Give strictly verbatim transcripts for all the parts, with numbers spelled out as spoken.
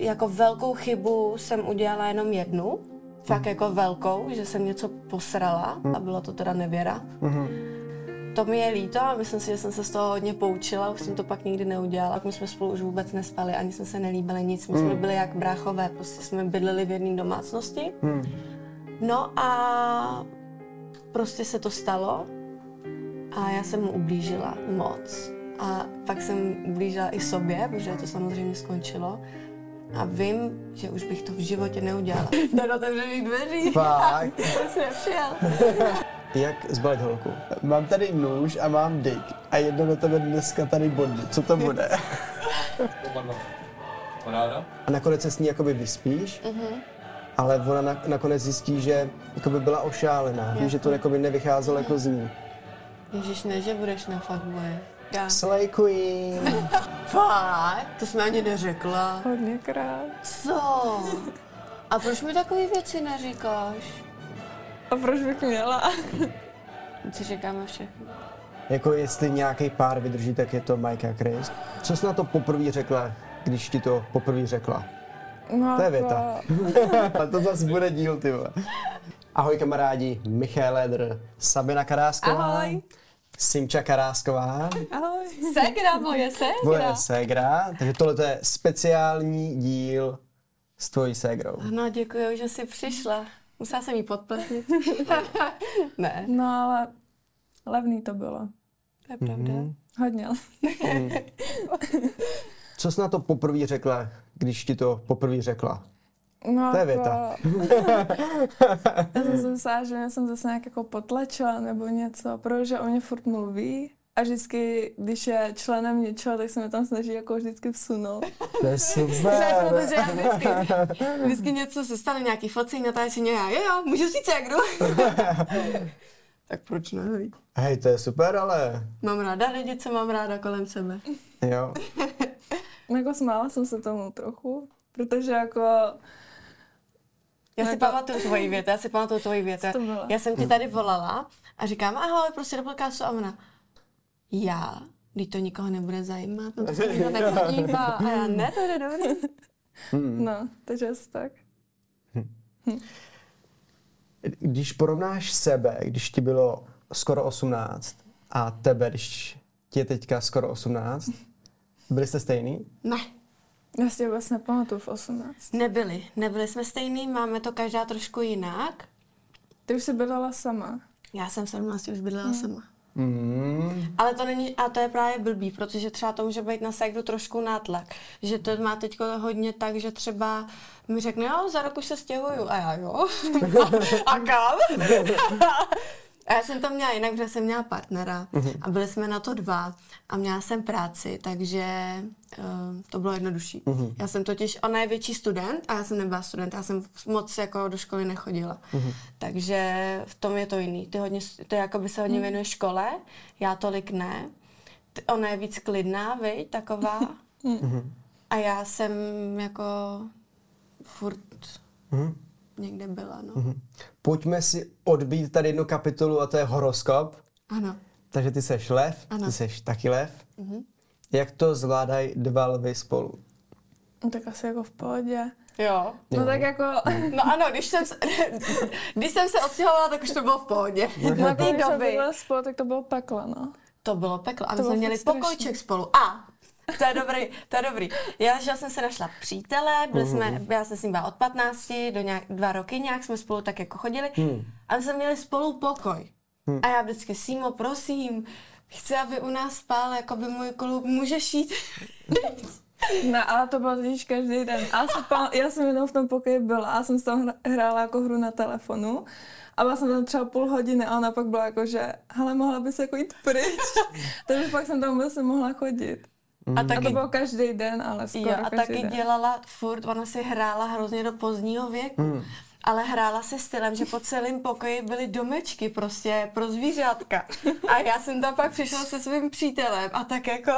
jako velkou chybu jsem udělala jenom jednu. Fakt jako velkou, že jsem něco posrala a byla to teda nevěra. Mm-hmm. To mi je líto a myslím si, že jsem se z toho hodně poučila, už jsem to pak nikdy neudělala. My jsme spolu už vůbec nespali, ani jsme se nelíbili nic, my mm. jsme byli jak bráchové, prostě jsme bydleli v jedné domácnosti. Mm. No a prostě se to stalo a já jsem mu ublížila moc. A pak jsem ublížila i sobě, protože to samozřejmě skončilo. A vím, že už bych to v životě neudělala. Do otevřených dveří. Fakt? To jsem nepřijel. Jak zbalit holku? Mám tady nůž a mám dyk. A jedno do tebe dneska tady bodí. Co to bude? A nakonec se s ní jakoby vyspíš, mm-hmm. ale ona na, nakonec zjistí, že jakoby byla ošálená. Víš, že to jakoby nevycházelo jako z ní. Ježiš, ne, že budeš na fuckboye. Slay queen. Fakt? To jsi mi ani neřekla. Hodněkrát. Co? A proč mi takové věci neříkáš? A proč bych měla? Si říkáme všechno. Jako jestli nějaký pár vydrží, tak je to Mike a Chris. Co jsi na to poprvé řekla, když ti to poprvé řekla? No, to je věta. A to zase bude díl, ty vole. Ahoj kamarádi, Michal Ledr, Sabina Karásková. Ahoj. Simča Karásková. Ahoj. Segra, moje segra. Tvoje ségra. Takže tohle je speciální díl s tvojí ségrou. Ano, děkuji, že jsi přišla. Musela jsem jí podplatit. Ne. No ale levný to bylo. To je pravda. Mm-hmm. Hodně. Mm. Co jsi na to poprvé řekla, když ti to poprvé řekla? No, to je věta. Já jsem si myslela, že mě jsem zase nějak jako potlačila nebo něco, protože o mě furt mluví a vždycky, když je členem něčeho, tak se mi tam snaží jako vždycky vsunout. To je super. Protože já vždycky, vždycky něco se stane, nějaký focení, natáčení a já, jo, jo, můžu si ségru. Tak proč ne? Hej, to je super, ale... Mám ráda lidi, co mám ráda kolem sebe. Jo. Jako smála jsem se tomu trochu, protože jako... Já si jako... pamatuju tvoji větu, já si pamatuju tvoji větu. Já jsem ti tady volala a říkám, ahoj, prostě do podcastu a ona, já, když to nikoho nebude zajímat, no to se nikdo nepodívá. A já, ne, to je dobrý. Hmm. No, takže asi tak. Hmm. Když porovnáš sebe, když ti bylo skoro osmnáct a tebe, když ti je teďka skoro osmnáct, byli jste stejný? Ne. Já si vůbec nepamatuju v osmnáct. Nebyli, nebyli jsme stejný, máme to každá trošku jinak. Ty už jsi bydlela sama. Já jsem v sedmnácti už bydlela hmm. sama. Mm. Ale to není, a to je právě blbý, protože třeba to může být na ségru trošku nátlak. Že to má teď hodně tak, že třeba mi řekne, jo, za rok už se stěhuju. A já, jo. A, a kam? A já jsem to měla jinak, protože jsem měla partnera a byli jsme na to dva a měla jsem práci, takže uh, to bylo jednodušší. Uh-huh. Já jsem totiž, ona je větší student a já jsem nebyla student, já jsem moc jako do školy nechodila. Uh-huh. Takže v tom je to jiný. Ty, hodně, ty jakoby se hodně věnuješ škole, já tolik ne. Ty, ona je víc klidná, viď, taková. Uh-huh. A já jsem jako furt... Uh-huh. Někde byla, no. Mm-hmm. Pojďme si odbít tady jednu kapitolu a to je horoskop. Ano. Takže ty seš lev, ano. Ty seš taky lev. Mm-hmm. Jak to zvládají dva lvy spolu? No tak asi jako v pohodě. Jo. No jo. Tak jako... No ano, když jsem, se, když jsem se odstěhovala, tak už to bylo v pohodě. No jako když jsme byli spolu, tak to bylo peklo, no. To bylo peklo a my jsme měli pokojček spolu. A to je dobrý, to je dobrý. Já, že jsem se našla přítele, byli jsme, uh-huh. já jsem s ním byla od patnácti do nějak, dva roky nějak jsme spolu tak jako chodili uh-huh. a my jsme měli spolu pokoj. Uh-huh. A já vždycky, Simo, prosím, chci, aby u nás spal, jako by můj klub, můžeš jít. No, ale to bylo totiž každý den. A já, já jsem jednou v tom pokoji byla a jsem s tam hrála jako hru na telefonu. A byla jsem tam třeba půl hodiny a ona pak byla jako, že hele, mohla bys jako jít pryč. Takže pak jsem tam vůbec nemohla chodit. Mm. A, taky, a to bylo každý den, ale skoro jo, a každý taky den. dělala furt, ona si hrála hrozně do pozdního věku, mm. ale hrála si stylem, že po celém pokoji byly domečky prostě pro zvířátka. A já jsem tam pak přišla se svým přítelem a tak jako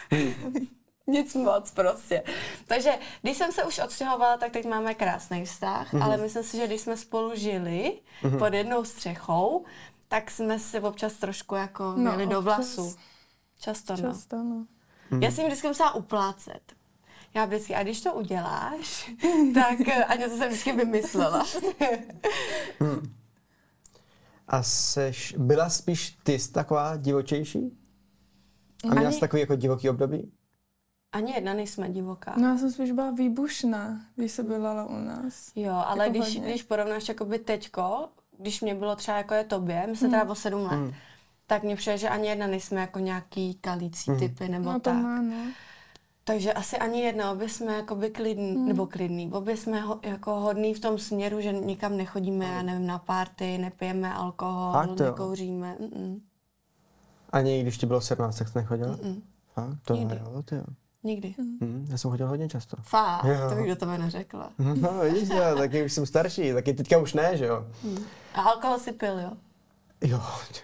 nic moc prostě. Takže když jsem se už odstěhovala, tak teď máme krásný vztah, mm. ale myslím si, že když jsme spolu žili mm. pod jednou střechou, tak jsme si občas trošku jako měli no, do vlasů. Často, no. Často, no. Já si jim vždycky musela uplácet. Já vždycky, a když to uděláš, tak a něco jsem vždycky vymyslela. hmm. A seš, byla spíš ty taková divočejší? A měla jsi takový jako divoký období? Ani jedna nejsme divoká. No já jsem spíš byla výbušná, když se bydlela u nás. Jo, ale jako když, když porovnáš jakoby teďko, když mě bylo třeba jako je tobě, my jsme hmm. teda o sedm let, hmm. tak mně přijde, že ani jedna nejsme jako nějaký kalící hmm. typy nebo no, tak. Má, no. Takže asi ani jedna, obě jsme jakoby klidný, hmm. nebo klidný, obě jsme ho, jako hodný v tom směru, že nikam nechodíme, já nevím, na party, nepijeme alkohol, Fakt, nekouříme. Mm-mm. Ani když ti bylo sedmnáct, tak jsi nechodila? Mm-mm. Fakt? To Nikdy. jo, ty jo. Nikdy. Hmm, já jsem chodil hodně často. Fakt, jo. to bych do tebe neřekla. No, vidíš, jo, taky už jsem starší, taky teďka už ne, že jo. Hmm. A alkohol si pil, jo? Jo,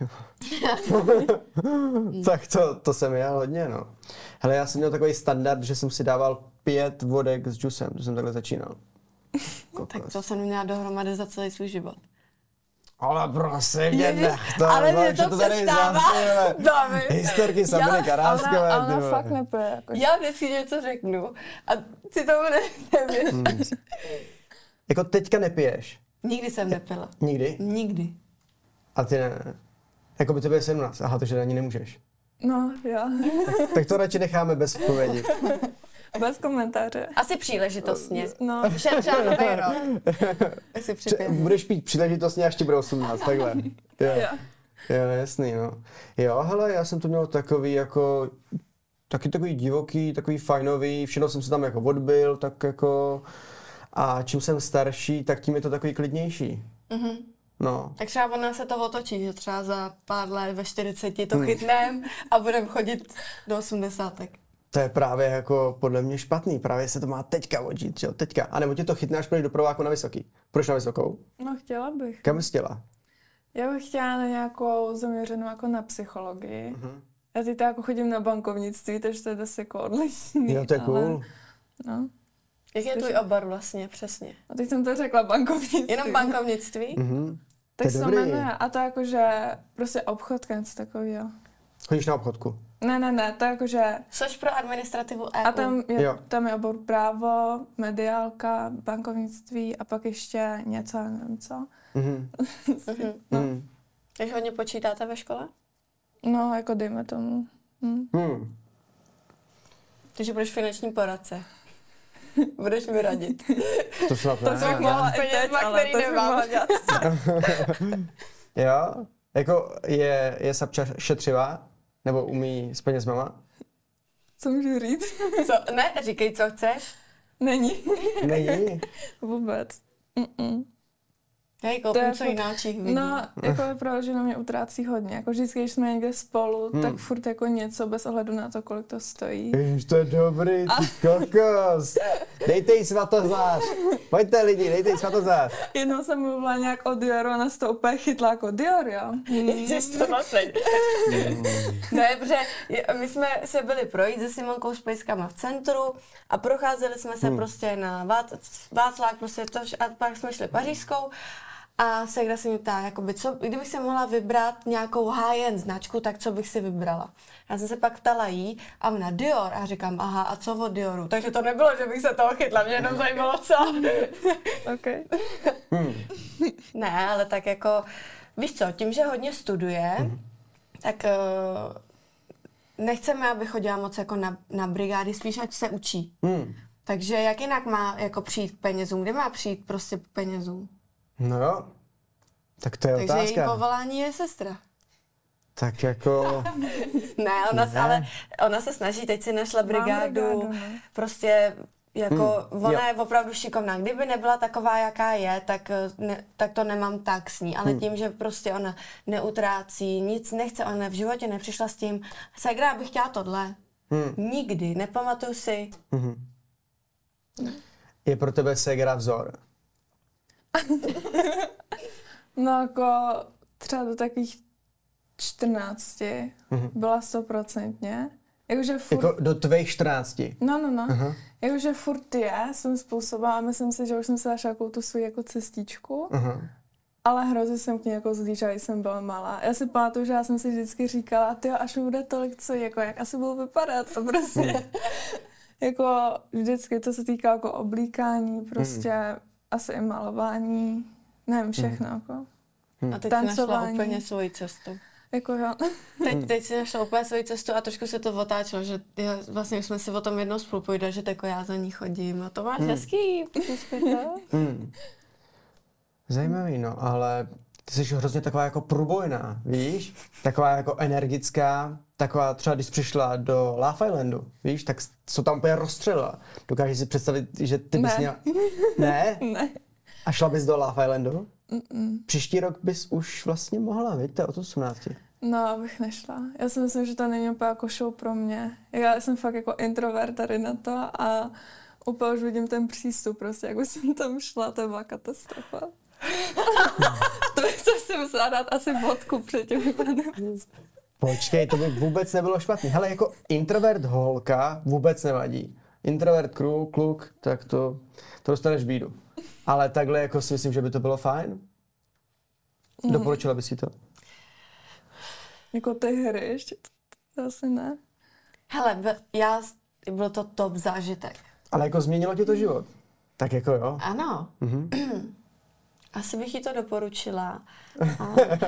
tak to, to jsem já hodně, no. Hele, já jsem měl takový standard, že jsem si dával pět vodek s džusem, že jsem takhle začínal. Tak to jsem měla dohromady za celý svůj život. Ale prosím, mě nech to, ale mě to, to to tady přestává bavit. Historky Sabiny Karáskové. Ale ona fakt nepije. Jako. Já vždycky něco řeknu a ty tomu nevěříš. Hmm. Jako teďka nepiješ? Nikdy jsem nepila. Nikdy? Nikdy. A ty ne, ne. Jako by to bylo sedmnáct. Aha, takže ani nemůžeš. No, jo. Tak, tak to radši necháme bez odpovědi. Bez komentáře. Asi příležitostně. No. Třeba nový rok. Asi Č- budeš pít příležitostně, až ti bude osmnáct, takhle. Jo. Jo. Jo, jasný, no. Jo, hele, já jsem to měl takový jako, taky takový divoký, takový fajnový, všechno jsem se tam jako odbil, tak jako, a čím jsem starší, tak tím je to takový klidnější. Mhm. No. Tak třeba ona se to otočí, že třeba za pár let ve čtyřiceti to chytneme a budeme chodit do osmdesátek. To je právě jako podle mě špatný, právě se to má teďka odžít, jo, teďka. A nebo tě to chytne, až půjdeš do prváku na vysoký. Proč na vysokou? No, chtěla bych. Kam bys chtěla? Já bych chtěla na nějakou zaměřenou jako na psychologii. Uh-huh. Já teď jako chodím na bankovnictví, takže to je dost jako odlišný. Jo, to je ale... cool. No. Jak je tvůj obor vlastně, přesně? A teď jsem to řekla bankovnictví. Jenom bankovnictví? Uh-huh. Tak se to jmenuje. A to jakože prostě obchodka, něco takového. Chodíš na obchodku? Ne, ne, ne, to jakože... Což pro administrativu E U. A tam je, jo. tam je obor právo, mediálka, bankovnictví a pak ještě něco, nevím co. Mhm. Mhm. No. Mhm. Takže hodně počítáte ve škole? No, jako dejme tomu. Hm. Hmm. Takže budeš finanční poradce. Budeš mi radit. To snad ne. To jsem mohla i teď, ale to jsem mohla dělat. Jo? Jako je, je Sabča šetřivá? Nebo umí s penězmama? Co můžu říct? Co? Ne, říkej, co chceš. Není. Není? Vůbec. Mm-mm. Já jí To koupím, je co fakt- jináčích vidí. No, jako je pravda, že na mě utrácí hodně. Jako vždycky, když jsme někde spolu, Hmm. tak furt jako něco bez ohledu na to, kolik to stojí. Ježiš, to je dobrý, ty kokos. Dejte jí svatozář. Pojďte lidi, dejte jí svatozář. Jednou jsem mluvila nějak o Dioru a ona se to úplně chytla jako Dior, jo. Ježiš, to naseď. Ne, protože je- my jsme se byli projít se Simonkou s pejskama v centru a procházeli jsme se Hmm. prostě na Vác, Václák, prostě to, a pak jsme šli Pařížskou a Segra se mi ptá, jakoby, co, kdybych si mohla vybrat nějakou high-end značku, tak co bych si vybrala. Já jsem se pak ptala jí a ona Dior a říkám, aha, a co od Dioru? Takže to nebylo, že bych se toho chytla, mě jenom zajímalo co. Okay. Hmm. Ne, ale tak jako, víš co, tím, že hodně studuje, mm. tak uh, nechceme, aby chodila moc jako na, na brigády, spíš ať se učí. Hmm. Takže jak jinak má jako přijít k penězům? Kde má přijít prostě k penězům? No jo. Tak to je Takže její otázka. povolání je sestra. Tak jako... Ne, ona, Ne. ne. Ale ona se snaží, teď si našla brigádu, brigádu, no. prostě jako, Hmm, ona jo. je opravdu šikovná. Kdyby nebyla taková, jaká je, tak, ne, tak to nemám tak s ní. Ale Hmm. tím, že prostě ona neutrácí, nic nechce, ona v životě nepřišla s tím, Segra, bych chtěla tohle. Hmm. Nikdy, nepamatuju si. Mhm. Je pro tebe Segra vzor? No jako třeba do takových čtrnácti Mhm. byla stoprocentně. Jakože furt... Jako do tvých čtrnácti. No, no, no. Aha. Jakože furt je svým způsobem a myslím si, že už jsem se našla jako tu svou jako cestičku. Aha. Ale hrozně jsem k ní jako zlížila, když jsem byla malá. Já si pamatuju, že já jsem si vždycky říkala, tyjo, až mi bude tolik, co jako, jak asi budu vypadat, to prostě. Jako vždycky, co se týká jako oblíkání, prostě hmm. asi i malování, nevím, všechno. Hmm. Jako. Hmm. A teď jsi našla úplně svoji cestu. Jako jo. Teď, teď si našla úplně svoji cestu a trošku se to otáčelo, že já, vlastně už jsme si o tom jednou spolu povídali, že jako já za ní chodím a to máš hmm. hezký. Hmm. Zajímavý, no, ale ty jsi hrozně taková jako průbojná, víš? Taková jako energická, taková třeba, když jsi přišla do Love Islandu, víš, tak co tam úplně rozstřelila. Dokážeš si představit, že ty bys ne. měla... Ne? Ne. A šla bys do Love Islandu? Mm-mm. Příští rok bys už vlastně mohla, víš, to je od osmnácti. No, abych nešla. Já si myslím, že to není úplně jako show pro mě. Já jsem fakt jako introvert tady na to a úplně už vidím ten přístup prostě, jak už jsem tam šla, to byla katastrofa. To bych se musela dát asi vodku předtím. Počkej, to by vůbec nebylo špatný. Hele, jako introvert holka vůbec nevadí. Introvert kluk, kluk, tak to, to dostaneš bídu. Ale takhle jako si myslím, že by to bylo fajn. Mm. Doporučila bys si to? Jako ty hry ještě, to, to asi ne. Hele, já, byl to top zážitek. Ale jako změnilo ti to život? Tak jako jo. Ano. Mm-hmm. Asi bych jí to doporučila. A...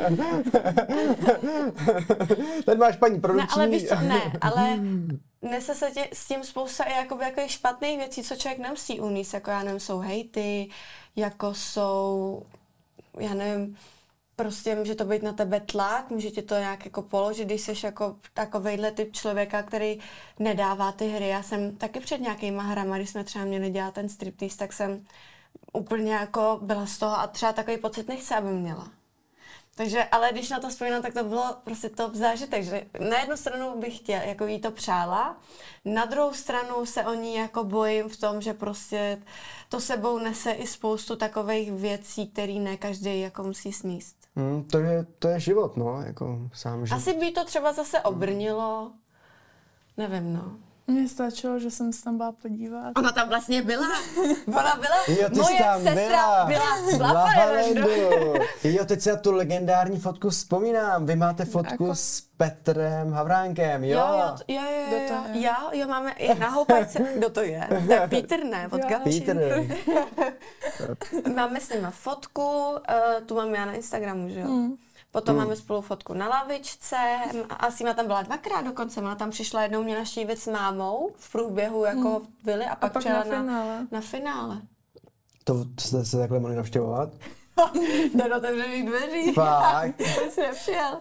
Teď máš paní produkční. Ne, ale víš co, ne, ale nese se tě, s tím spousta i jakoby, jako špatných věcí, co člověk nemusí unést, jako já nevím, jsou hejty, jako jsou, já nevím, prostě může to být na tebe tlak, může ti to nějak jako položit, když jsi jako takovejhle typ člověka, který nedává ty hry. Já jsem taky před nějakýma hrama, když jsme třeba měli dělat ten striptease, tak jsem úplně jako byla z toho a třeba takový pocit nechci, aby měla. Takže, ale když na to vzpomínám, tak to bylo prostě top zážitek, že na jednu stranu bych chtěla, jako jí to přála, na druhou stranu se o ní jako bojím v tom, že prostě to sebou nese i spoustu takových věcí, které ne každý jako musí sníst. Hmm, to, je, to je život, no, jako sám život. Asi by to třeba zase obrnilo, nevím, no. Mně stačilo, že jsem se tam byla podívat. Ona tam vlastně byla. Ona byla. Jo, ty moje tam sestra byla v Love Islandu. Jo, teď si na tu legendární fotku vzpomínám. Vy máte fotku jako... s Petrem Havránkem, jo? Jo, jo, jo, jo, jo, jo, jo, jo, máme i na houpačce. Kdo to je? To je Peter, ne? Od Gabčí. Peter. Máme s nima fotku, uh, tu mám já na Instagramu, že jo? Mm. Potom hmm. máme spolu fotku na lavičce, asi má tam byla dvakrát dokonce, ona tam přišla jednou mě navštívit s mámou v průběhu jako hmm. Vily a pak, a pak přijela na finále. Na, na finále. To jste se takhle mohli navštěvovat? Do otevřených dveří. Fakt? To jsi nepřijel.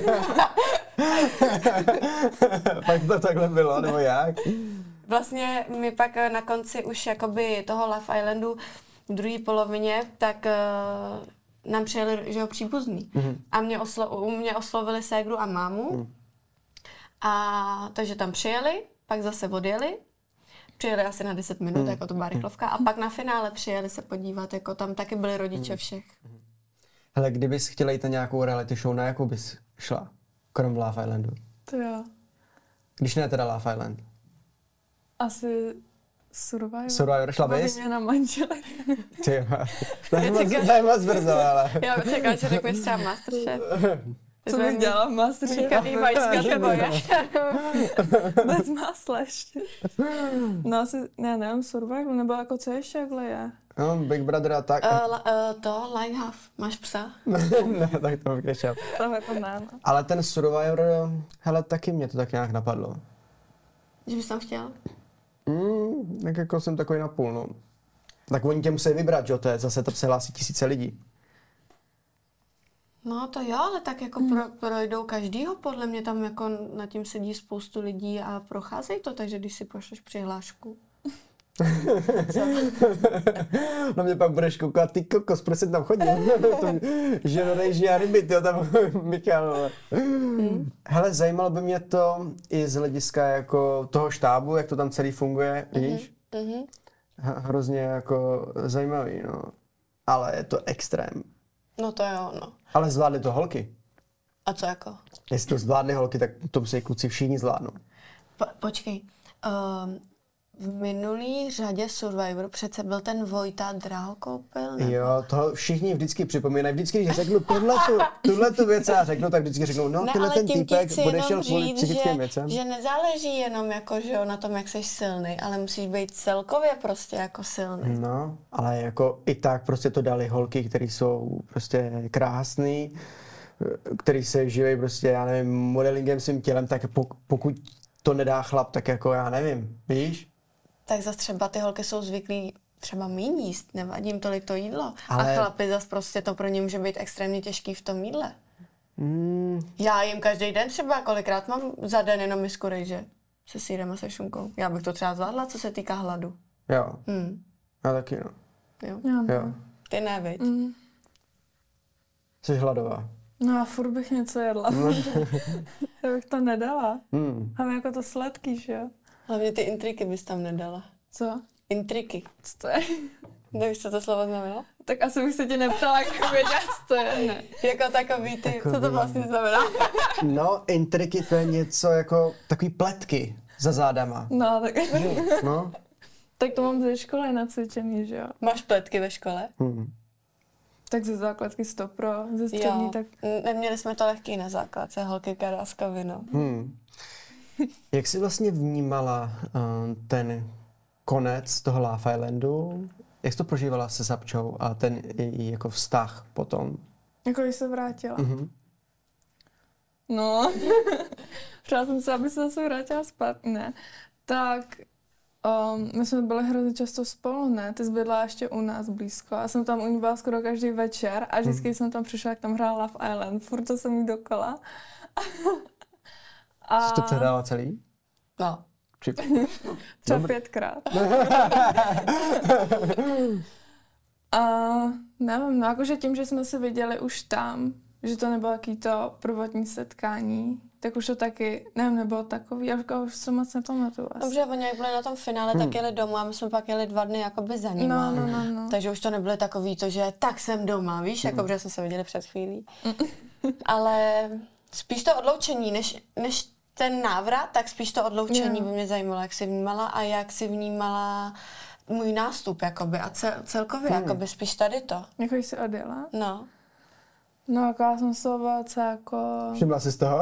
Pak to takhle bylo, nebo jak? Vlastně mi pak na konci už jakoby toho Love Islandu v druhé polovině, tak uh, nám přijeli, že jo, příbuzný. Mm-hmm. A mě, oslo, u mě oslovili ségru a mámu. Mm. A takže tam přijeli, pak zase odjeli. Přijeli asi na deset minut, mm. jako to byla rychlovka. A pak na finále přijeli se podívat, jako tam taky byli rodiče mm. všech. Hele, kdybys chtěla jít na nějakou reality show, na jakou bys šla? Krom Love Islandu. To jo. Když ne teda Love Island. Asi Survivor. Survivor, šla bys? Výměna manželek. Ty jo, to je moc, to je moc brzo, ale... Já čekám, že řekneš třeba Masterchef. Co bych dělala v Masterchef? Bez másla ještě. No asi, ne, nevím, Survivor, nebo jako co ještě takhle je? No, Big Brother a tak. Uh, la, uh, to, Lighthouse. Máš psa? Ne, tak to bych nešel. To jako ne, no. Ale ten Survivor, hele, taky mě to tak nějak napadlo. Že bys tam chtěl? Mm, tak jako jsem takový napůl, no. Tak oni tě musí vybrat, že to je zase, to se hlásí tisíce lidí. No to jo, ale tak jako pro, projdou každýho, podle mě tam jako nad tím sedí spoustu lidí a procházejí to, takže když si pošleš přihlášku. No mě pak budeš koukat, ty kokos, proč jsem tam chodil? Že no nejží a ryby, tyjo, tam Michal. Hmm. Hele, zajímalo by mě to i z hlediska jako toho štábu, jak to tam celý funguje, mm-hmm. víš? Mm-hmm. Hrozně jako zajímavý, no. Ale je to extrém. No to jo, no. Ale zvládly to holky. A co jako? Jestli to zvládly holky, tak to musí kluci všichni zvládnout. Po, počkej. Um, v minulý řadě Survivor přece byl ten Vojta Drahokoupil. Nebo... Jo, to všichni vždycky připomínají. Vždycky, když řeknu tuhle tu věc a řeknu, tak vždycky řeknu, no ne, tenhle ten týpek bude šel kvůli říct, psychickým že, věcem. že nezáleží jenom jako, že jo, na tom, jak jsi silný, ale musíš být celkově prostě jako silný. No, ale jako i tak prostě to dali holky, které jsou prostě krásný, který se živí prostě, já nevím, modelingem svým tělem, tak pokud to nedá chlap, tak jako já nevím, víš? Tak zase třeba ty holky jsou zvyklí třeba méně jíst, nevadí jim tolik to jídlo. Ale... A chlapi zase prostě to pro ně může být extrémně těžký v tom jídle. Mm. Já jim každý den třeba, kolikrát mám za den jenom misku rejže se sýrem a se šunkou. Já bych to třeba zvládla, co se týká hladu. Jo, Hmm. já taky no. Jo. Já Jo. Ty ne, viď? Mm. Jsi hladová. No a furt bych něco jedla. Já bych to nedala. Mm. Mám jako to sladký, že jo? Hlavně ty intriky bys tam nedala. Co? Intriky. Co to je? Nevíš, co to slovo znamená? Tak asi bych se tě neptala, jak vědět, co to je, ne? Jako takový ty, Takový. co to vlastně znamená? No, intriky to je něco jako takový pletky za zádama. No, tak, No. tak to mám ze školy nacvičený, že jo? Máš pletky ve škole? Hmm. Tak ze základky sto pro, ze střední, Jo. tak... Neměli jsme to lehký na základce, holky Karáska vino. Hmm. Jak jsi vlastně vnímala uh, ten konec toho Love Islandu? Jak jsi to prožívala se Zabčou a ten její jako vztah potom? Jako když se vrátila. Mm-hmm. No, přála jsem se, aby se zase vrátila zpátky, ne. Tak um, my jsme byli hrozně často spolu, ne? Ty jsi bydla ještě u nás blízko. Já jsem tam u ní byla skoro každý večer a vždycky, když jsem tam přišla, jak tam hrála Love Island. Furt to jsem jí dokola. A... Jsi to přehrála celý? No. Či... Třeba Dobr- pětkrát. A nevím, no jakože tím, že jsme se viděli už tam, že to nebylo jaký to prvotní setkání, tak už to taky, nevím, nebylo takový, já už se moc nepamatuju asi. Dobře, oni jak byli na tom finále, hmm. tak jeli domů a my jsme pak jeli dva dny jakoby za nimi. No, no, no, no. Takže už to nebylo takový to, že tak jsem doma, víš, hmm. jako že jsme se viděli před chvílí. Ale spíš to odloučení, než, než ten návrat, tak spíš to odloučení by mě zajímalo, jak jsi vnímala a jak jsi vnímala můj nástup, jakoby, a cel, celkově, hmm. jakoby, spíš tady to. Jako jsi odjela? No. No, jako já jsem se velice jako... Všimla jsi z toho?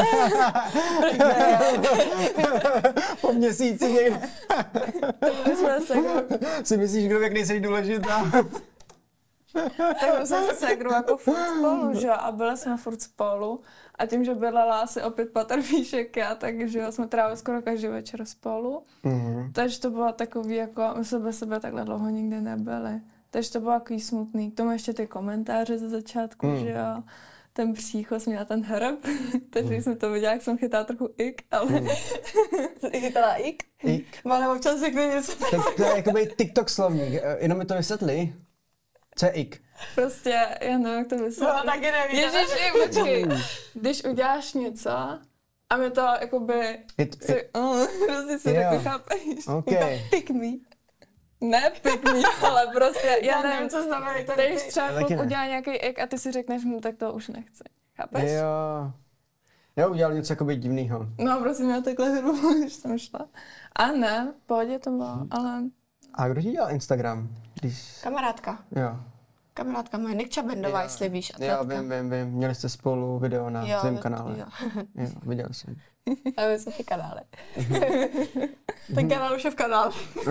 Po měsíci někde. My jsme se jako... Si myslíš, kdo jak nejsi důležitá? Tak my jsme se segrou jako furt spolu, že jo, a byli jsme furt spolu. A tím, že bydlela asi opět patr výš jak já, takže jo, jsme trávili skoro každý večer spolu. Mm-hmm. Takže to bylo takový, jako my jsme bez sebe takhle dlouho nikdy nebyli. Takže to bylo takový smutný. K tomu ještě ty komentáře ze začátku, mm. že jo. Ten příchod jsem měla ten hrb, takže mm. jsem to viděla, jak jsem chytala trochu ik, ale... Mm. Chytala ik? Ik. Ale občas řekne něco. Tak to je jakoby TikTok slovník, jenom mi to vysvětli. Co je ik? Prostě, já nevím, jak to vysvětlit. No, taky nevím. Ježiši, počkej. Když uděláš něco a mi to jakoby... It, si, it, uh, prostě si yeah. taky chápeš. Okay. Pick me. Ne pick me, ale prostě, já, Já nevím, nevím, co znamená ten když pick. třeba Taky kluk ne. udělá nějaký ik a ty si řekneš mu, tak to už nechci. Chápeš? Jo. Já udělal něco jakoby divnýho. No, prostě měla takhle hrubo, když jsem šla. A ne, v pohodě to bylo, ale... A kdo ti dělal Instagram? Když... Kamarádka. Jo. Kamarádka moje, Nikča Bendová, Jo. jestli víš. Jo, vím, vím, vím. Měli jste spolu video na Jo, svém jo, kanále. jo. Jo, viděl jsem. A my jsme ty kanály. Ten kanál už je v kanále.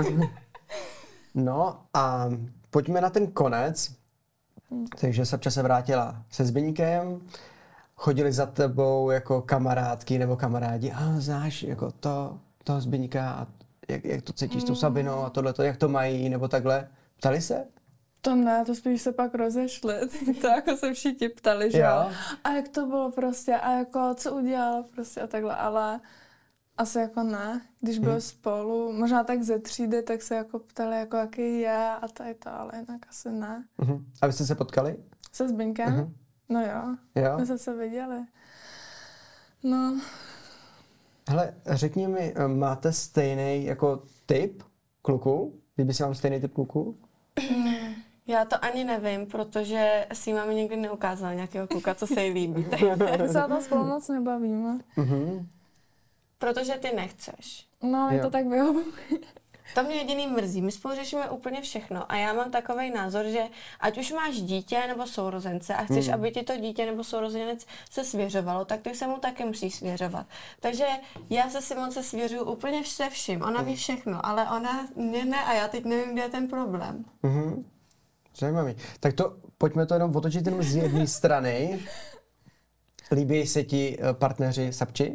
No a pojďme na ten konec. Takže Sabča se vrátila se Zbyňkem, chodili za tebou jako kamarádky nebo kamarádi. A znáš jako to, toho Zbyňka a jak, jak to cítíš s tou Sabinou a tohleto, jak to mají nebo takhle. Ptali se? To ne, to spíš se pak rozešli. To jako se všichni ptali, že jo. Jo. A jak to bylo prostě, a jako co udělala prostě a takhle, ale asi jako ne. Když byli hmm. spolu, možná tak ze třídy, tak se jako ptali, jako jaký je a tady to, ale jinak asi ne. Uh-huh. A vy jste se potkali? Se Zbyňkem? Uh-huh. No jo, Jo. my jsme se viděli. No. Hele, řekni mi, máte stejný jako typ kluku? Líbí se vám stejný typ kluku? Já to ani nevím, protože si jí máme někdy neukázala nějakého kluka, co se jí líbí. My se o tom spolu moc nebavíme. Uh-huh. Protože ty nechceš. No, je Jo. to tak vyhovuje. To mě jediný mrzí. My spolu řešíme úplně všechno a já mám takovej názor, že ať už máš dítě nebo sourozence a chceš, hmm. aby ti to dítě nebo sourozenec se svěřovalo, tak ty se mu taky musí svěřovat. Takže já se Simonce svěřuju úplně se vším. Ona ví všechno, ale ona mě ne a já teď nevím, kde je ten problém. Mm-hmm. Zajímavý. Tak to pojďme to jenom otočit jenom z jedné strany. Líbí se ti partneři Sapči?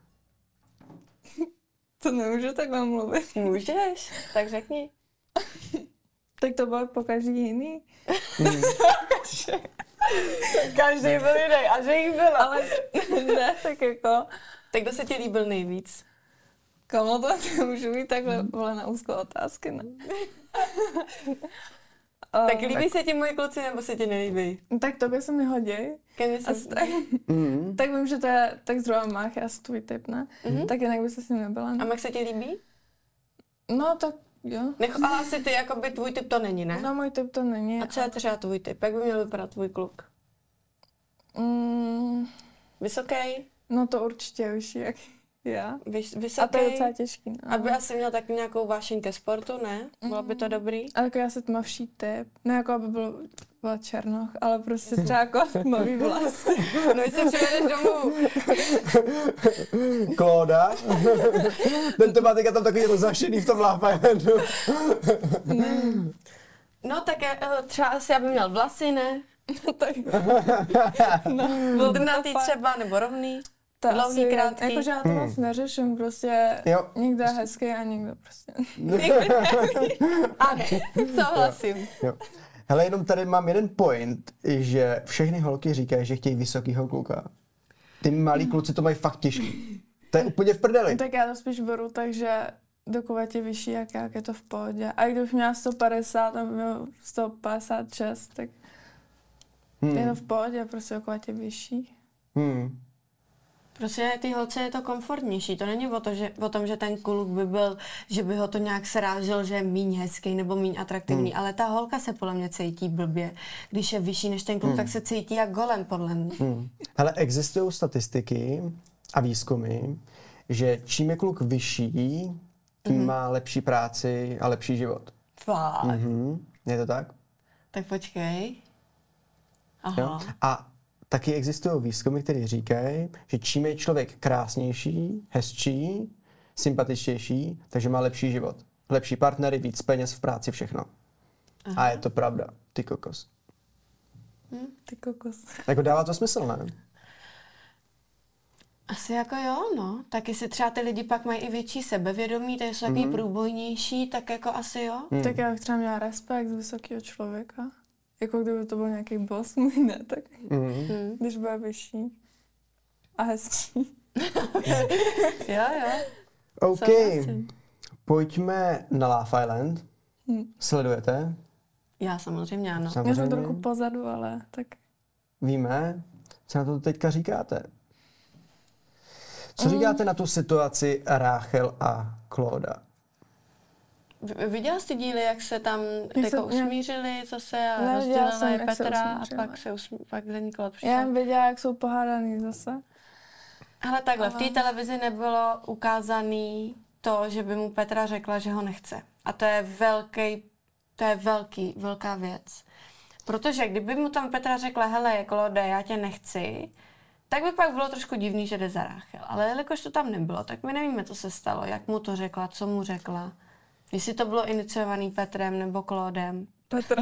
To nemůžu takhle mluvit. Můžeš, tak řekni. Tak to bylo po každý jiný. Mm. Každý byl jiný a že jich bylo. Ale ne, tak jako... Tak kdo se ti líbil nejvíc? Komu to nemůžu být takhle vole na úzkou otázky, ne? Tak líbí tak... se ti moji kluci, nebo se ti nelíbí? Tak tobě se mi hodí. Asi tak, mm. tak vím, že to je tak zrovna Mach, já jsem tvůj typ, ne? Mm-hmm. Tak jinak by se s ním nebyla. Ne? A Mach se ti líbí? No, tak jo. Nech, ale asi ty, jakoby tvůj typ to není, ne? No, můj typ to není. A co je třeba tvůj typ? Jak by měl vypadat tvůj kluk? Mm. Vysoký? No to určitě vyšší, jak já. Vys, vysoký? A to je docela těžký. No. Aby asi měl tak nějakou vášeň ke sportu, ne? Bylo by to dobrý? Ale jako já jsem tmavší typ. Ne jako aby byl, byl černoch, ale prostě třeba jako tmavý vlasy. No když se přivedeš domů. Klóda. Ten to má teďka tam takový rozašený v tom Love Islandu. No tak je, třeba asi, aby měl vlasy, ne? tak. No, vlnatý třeba, nebo rovný. Dlouhý, krátký. Jakože já to moc hmm. neřeším, prostě jo. Někdo je hezký a někdo prostě. A ne, souhlasím. Jo. Jo. Hele, jenom tady mám jeden point, že všechny holky říkají, že chtějí vysokýho kluka. Ty malí kluci to mají fakt těžký. To je úplně v prdeli. Tak já to spíš beru, takže dokud je vyšší, jak, jak je to v pohodě. A když měla sto padesát nebo sto padesát šest, tak hmm. je to v pohodě, prostě dokud je vyšší. Hmm. Prostě ty holce je to komfortnější. To není o, to, že, o tom, že ten kluk by byl, že by ho to nějak srážel, že je míň hezký nebo míň atraktivní, hmm. ale ta holka se podle mě cítí blbě. Když je vyšší než ten kluk, hmm. tak se cítí jak golem, podle mě. Hmm. Hele, existují statistiky a výzkumy, že čím je kluk vyšší, tím hmm. má lepší práci a lepší život. Fakt? Mm-hmm. Je to tak? Tak počkej. Aha. Jo? A taky existují výzkumy, které říkají, že čím je člověk krásnější, hezčí, sympatičtější, takže má lepší život. Lepší partnery, víc peněz v práci, všechno. Aha. A je to pravda. Ty kokos. Hm, ty kokos. Jako dává to smysl, ne? Asi jako jo, no. Tak jestli třeba ty lidi pak mají i větší sebevědomí, takže jsou takový mm. průbojnější, tak jako asi jo. Mm. Tak já bych třeba měla respekt z vysokého člověka. Jako kdyby to byl nějaký boss, můj ne, tak mm. když bude vyšší a hezčí. jo, jo. OK, pojďme na Love Island. Hmm. Sledujete? Já samozřejmě ano. Samozřejmě. Já jsem trochu pozadu, ale tak... Víme, co na to teďka říkáte. Co mm. říkáte na tu situaci Ráchel a Klóda? Viděla jsi díly, jak se tam jako usmířili zase a ne, rozdělila Petra a pak se usmí, pak za ní Klód přišel? Já jsem viděla, jak jsou pohádaný zase. Ale takhle, v té televizi nebylo ukázaný to, že by mu Petra řekla, že ho nechce. A to je velký, to je velký, velká věc. Protože kdyby mu tam Petra řekla, hele, Klóde, já tě nechci, tak by pak bylo trošku divný, že jde za Ráchel. Ale jelikož to tam nebylo, tak my nevíme, co se stalo, jak mu to řekla, co mu řekla. Jestli to bylo iniciovaný Petrem nebo Klódem. Petr.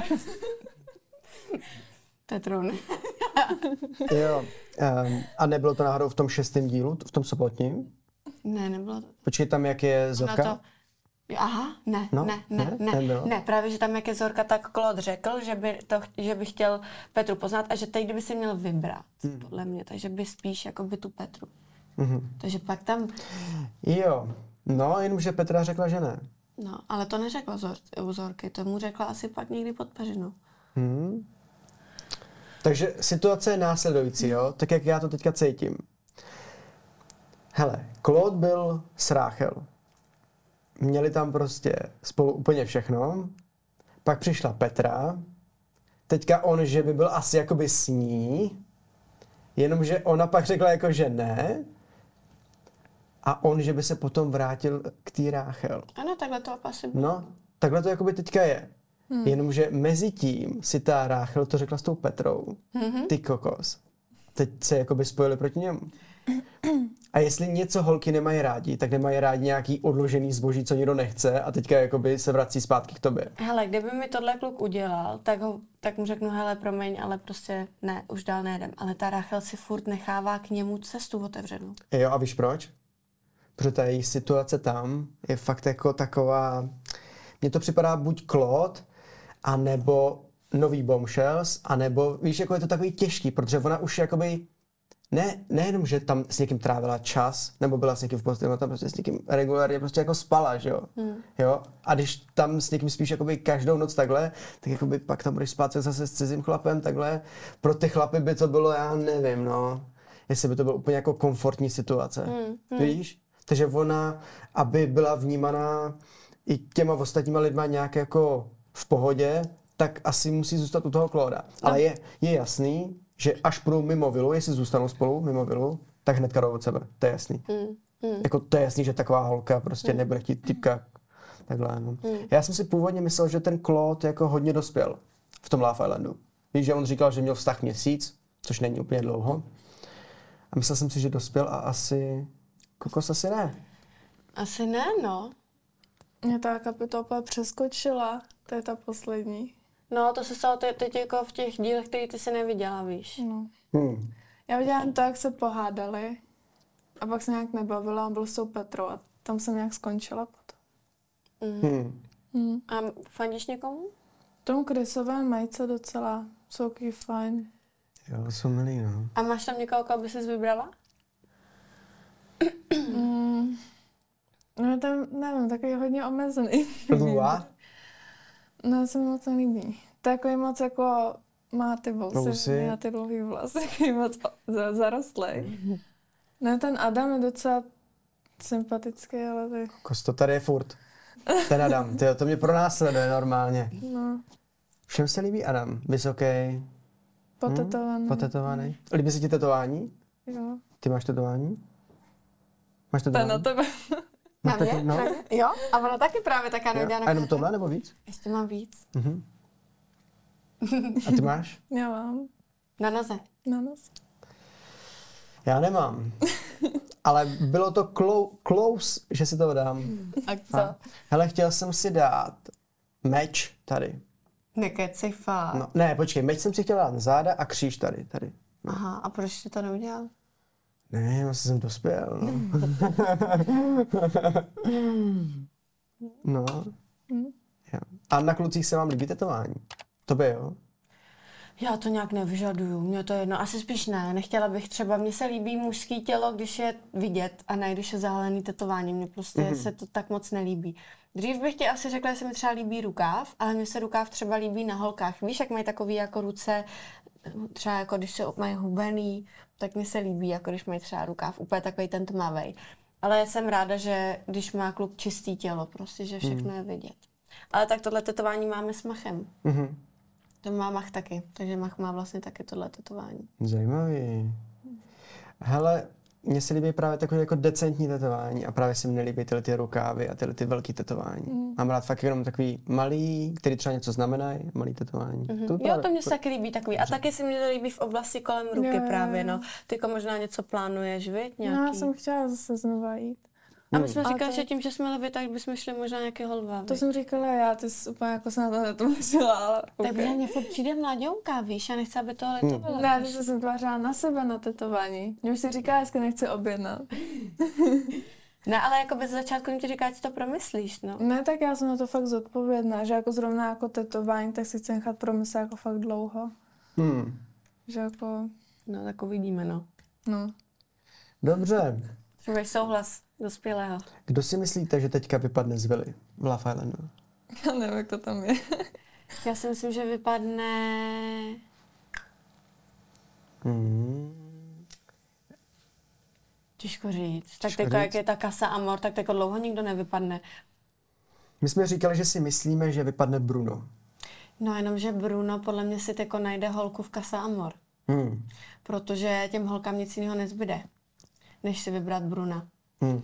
Petrun. Jo. Um, a nebylo to náhodou v tom šestém dílu, v tom sobotním? Ne, nebylo to. Počkej, tam jak je Zorka? To... Aha, ne, no, ne, ne, ne, ne, ne, právě, že tam jak je Zorka, tak Klód řekl, že by, to, že by chtěl Petru poznat a že teď kdyby si měl vybrat, hmm. podle mě, takže by spíš jako by tu Petru. Hmm. Takže pak tam... Jo, no, jenomže Petra řekla, že ne. No, ale to neřekla Zor, u Zorky, to mu řekla asi pak někdy pod peřinou. Hmm. Takže situace je následující, jo, tak jak já to teďka cítím. Hele, Klód byl s Ráchel. Měli tam prostě spolu úplně všechno. Pak přišla Petra. Teďka on, že by byl asi jakoby s ní. Jenomže ona pak řekla jako, že ne. a on, že by se potom vrátil k té Ráchel. Ano, takhle to asi bylo. No, takhle to jakoby teďka je. Hmm. Jenomže mezi tím si ta Ráchel to řekla s tou Petrou. Mm-hmm. Ty kokos. Teď se jakoby spojili proti němu. A jestli něco holky nemají rádi, tak nemají rádi nějaký odložený zboží, co nikdo nechce a teďka jakoby se vrací zpátky k tobě. Hele, kdyby mi tohle kluk udělal, tak, ho, tak mu řeknu, hele, promiň, ale prostě ne, už dál nejedem. Ale ta Rachel si furt nechává k němu cestu otevřenou. Jo, a víš proč? Protože ta její situace tam je fakt jako taková... Mně to připadá buď Claude, anebo nový Bombshells, anebo, víš, jako je to takový těžký, protože ona už jakoby... Ne, nejenom, že tam s někým trávila čas, nebo byla s někým v posteli, tam prostě s někým regulárně prostě jako spala, že jo? Hmm. Jo? A když tam s někým spíš jakoby každou noc takhle, tak jakoby pak tam budeš spát zase s cizím chlapem takhle. Pro ty chlapy by to bylo, já nevím, no. Jestli by to bylo úplně jako komfortní situace. Hmm. Hmm. Víš? Takže ona, aby byla vnímaná i těma ostatníma lidma nějak jako v pohodě, tak asi musí zůstat u toho Clauda. No. Ale je, je jasný, že až půjdou mimo vilu, jestli zůstanou spolu mimo vilu, tak hnedka jdou od sebe. To je jasný. Mm, mm. Jako to je jasný, že taková holka prostě mm. nebude chtít typka takhle. No. Mm. Já jsem si původně myslel, že ten Claude jako hodně dospěl v tom Love Islandu. Víš, že on říkal, že měl vztah měsíc, což není úplně dlouho. A myslel jsem si, že dospěl a asi... Kokos asi ne. Asi ne, no. Mě ta kapitola přeskočila. To je ta poslední. No, to se stalo teď, teď jako v těch dílech, který ty si neviděla, víš. No. Hmm. Já viděla jen to, jak se pohádali a pak se nějak nebavila a byl s tou Petrou a tam jsem nějak skončila potom. Mm. Hmm. Hmm. A fandíš někomu? Tomu Chrisové majce docela jsou taky fajn. Jo, jsou milý, no. A máš tam někoho, koho by jsi vybrala? mm. No je tam, nevím, takový hodně omezený. Lua? No, se mi moc nelíbí. Takový moc jako má ty vousy, má ty dlouhý vlasy, takový moc zarostlej. No, ten Adam je docela sympatický, ale ty... Kos, to tady je furt. Ten Adam, tyjo, to mě pronásleduje normálně. No. Všem se líbí Adam, vysoký. Potetovaný. Hmm, potetovaný. Líbí se ti tetování? Jo. Ty máš tetování? Máš tetování? To na tebe. Na mě? No. Jo? A ona taky právě taká neudělaná. A jenom tohle nebo víc? Ještě mám víc. Uh-huh. A ty máš? Já mám. Na noze. Na noze. Já nemám. Ale bylo to clo- close, že si to dám. A co? A, hele, chtěl jsem si dát meč tady. Nekecej fakt. No, ne, počkej, meč jsem si chtěl dát na záda a kříž tady. tady. No. Aha, a proč jsi to neudělal? Ne, asi jsem dospěl, no. No. Jo. A na klucích se vám líbí tetování? Tobě jo? Já to nějak nevyžaduju, mě to je jedno, asi spíš ne, nechtěla bych třeba, mně se líbí mužský tělo, když je vidět a ne, když je zahalený tetování, mně prostě mm-hmm. se to tak moc nelíbí. Dřív bych ti asi řekla, že se mi třeba líbí rukáv, ale mně se rukáv třeba líbí na holkách, víš, jak mají takový jako ruce, třeba jako když se mají hubený, tak mi se líbí, jako když mají třeba rukáv, úplně takový ten tmavej. Ale jsem ráda, že když má kluk čistý tělo, prostě, že všechno mm. je vidět. Ale tak tohle tetování máme s Machem. Mm-hmm. To má Mach taky, takže Mach má vlastně taky tohle tetování. Zajímavý. Hele, mně se líbí právě takové jako decentní tetování a právě se mi nelíbí tyhle ty rukávy a tyhle ty velký tetování. Mm. Mám rád fakt jenom takový malý, který třeba něco znamenají, malý tetování. Mm-hmm. To jo, to mě se taky líbí takový. A taky se mi to líbí v oblasti kolem ruky jo, právě, no. Tyko možná něco plánuješ, viď? Nějaký. No, já jsem chtěla zase znova jít. A my jsme říkali, to... že tím, že jsme levy, tak bychom šli možná nějaké holva. To jsem říkala já, ty jsi úplně jako se na to netvářila, ale okay. Tak mě furt přijde mladionka, víš, já nechci, aby tohle to bylo. Ne, ty jsi se tvářila na sebe na tetování. Mě už si říká, jestli nechci objednat. Ne, ale jako bez začátku mi ti říká, že to promyslíš, no. Ne, tak já jsem na to fakt zodpovědná, že jako zrovna jako tetování, tak si chci nechat promyslet jako fakt dlouho. Hmm. Že jako... No, tak uvidíme, no. No. Dobře. Máš souhlas dospělého. Kdo si myslíte, že teďka vypadne z vily v Love Islandu? Já nevím, jak to tam je. Já si myslím, že vypadne... Hmm. Těžko říct. Tak teďko, jak je ta Casa Amor, tak teďko dlouho nikdo nevypadne. My jsme říkali, že si myslíme, že vypadne Bruno. No jenom, že Bruno podle mě si teďko najde holku v Casa Amor. Hmm. Protože těm holkám nic jiného nezbyde, než si vybrat Bruna. Hmm.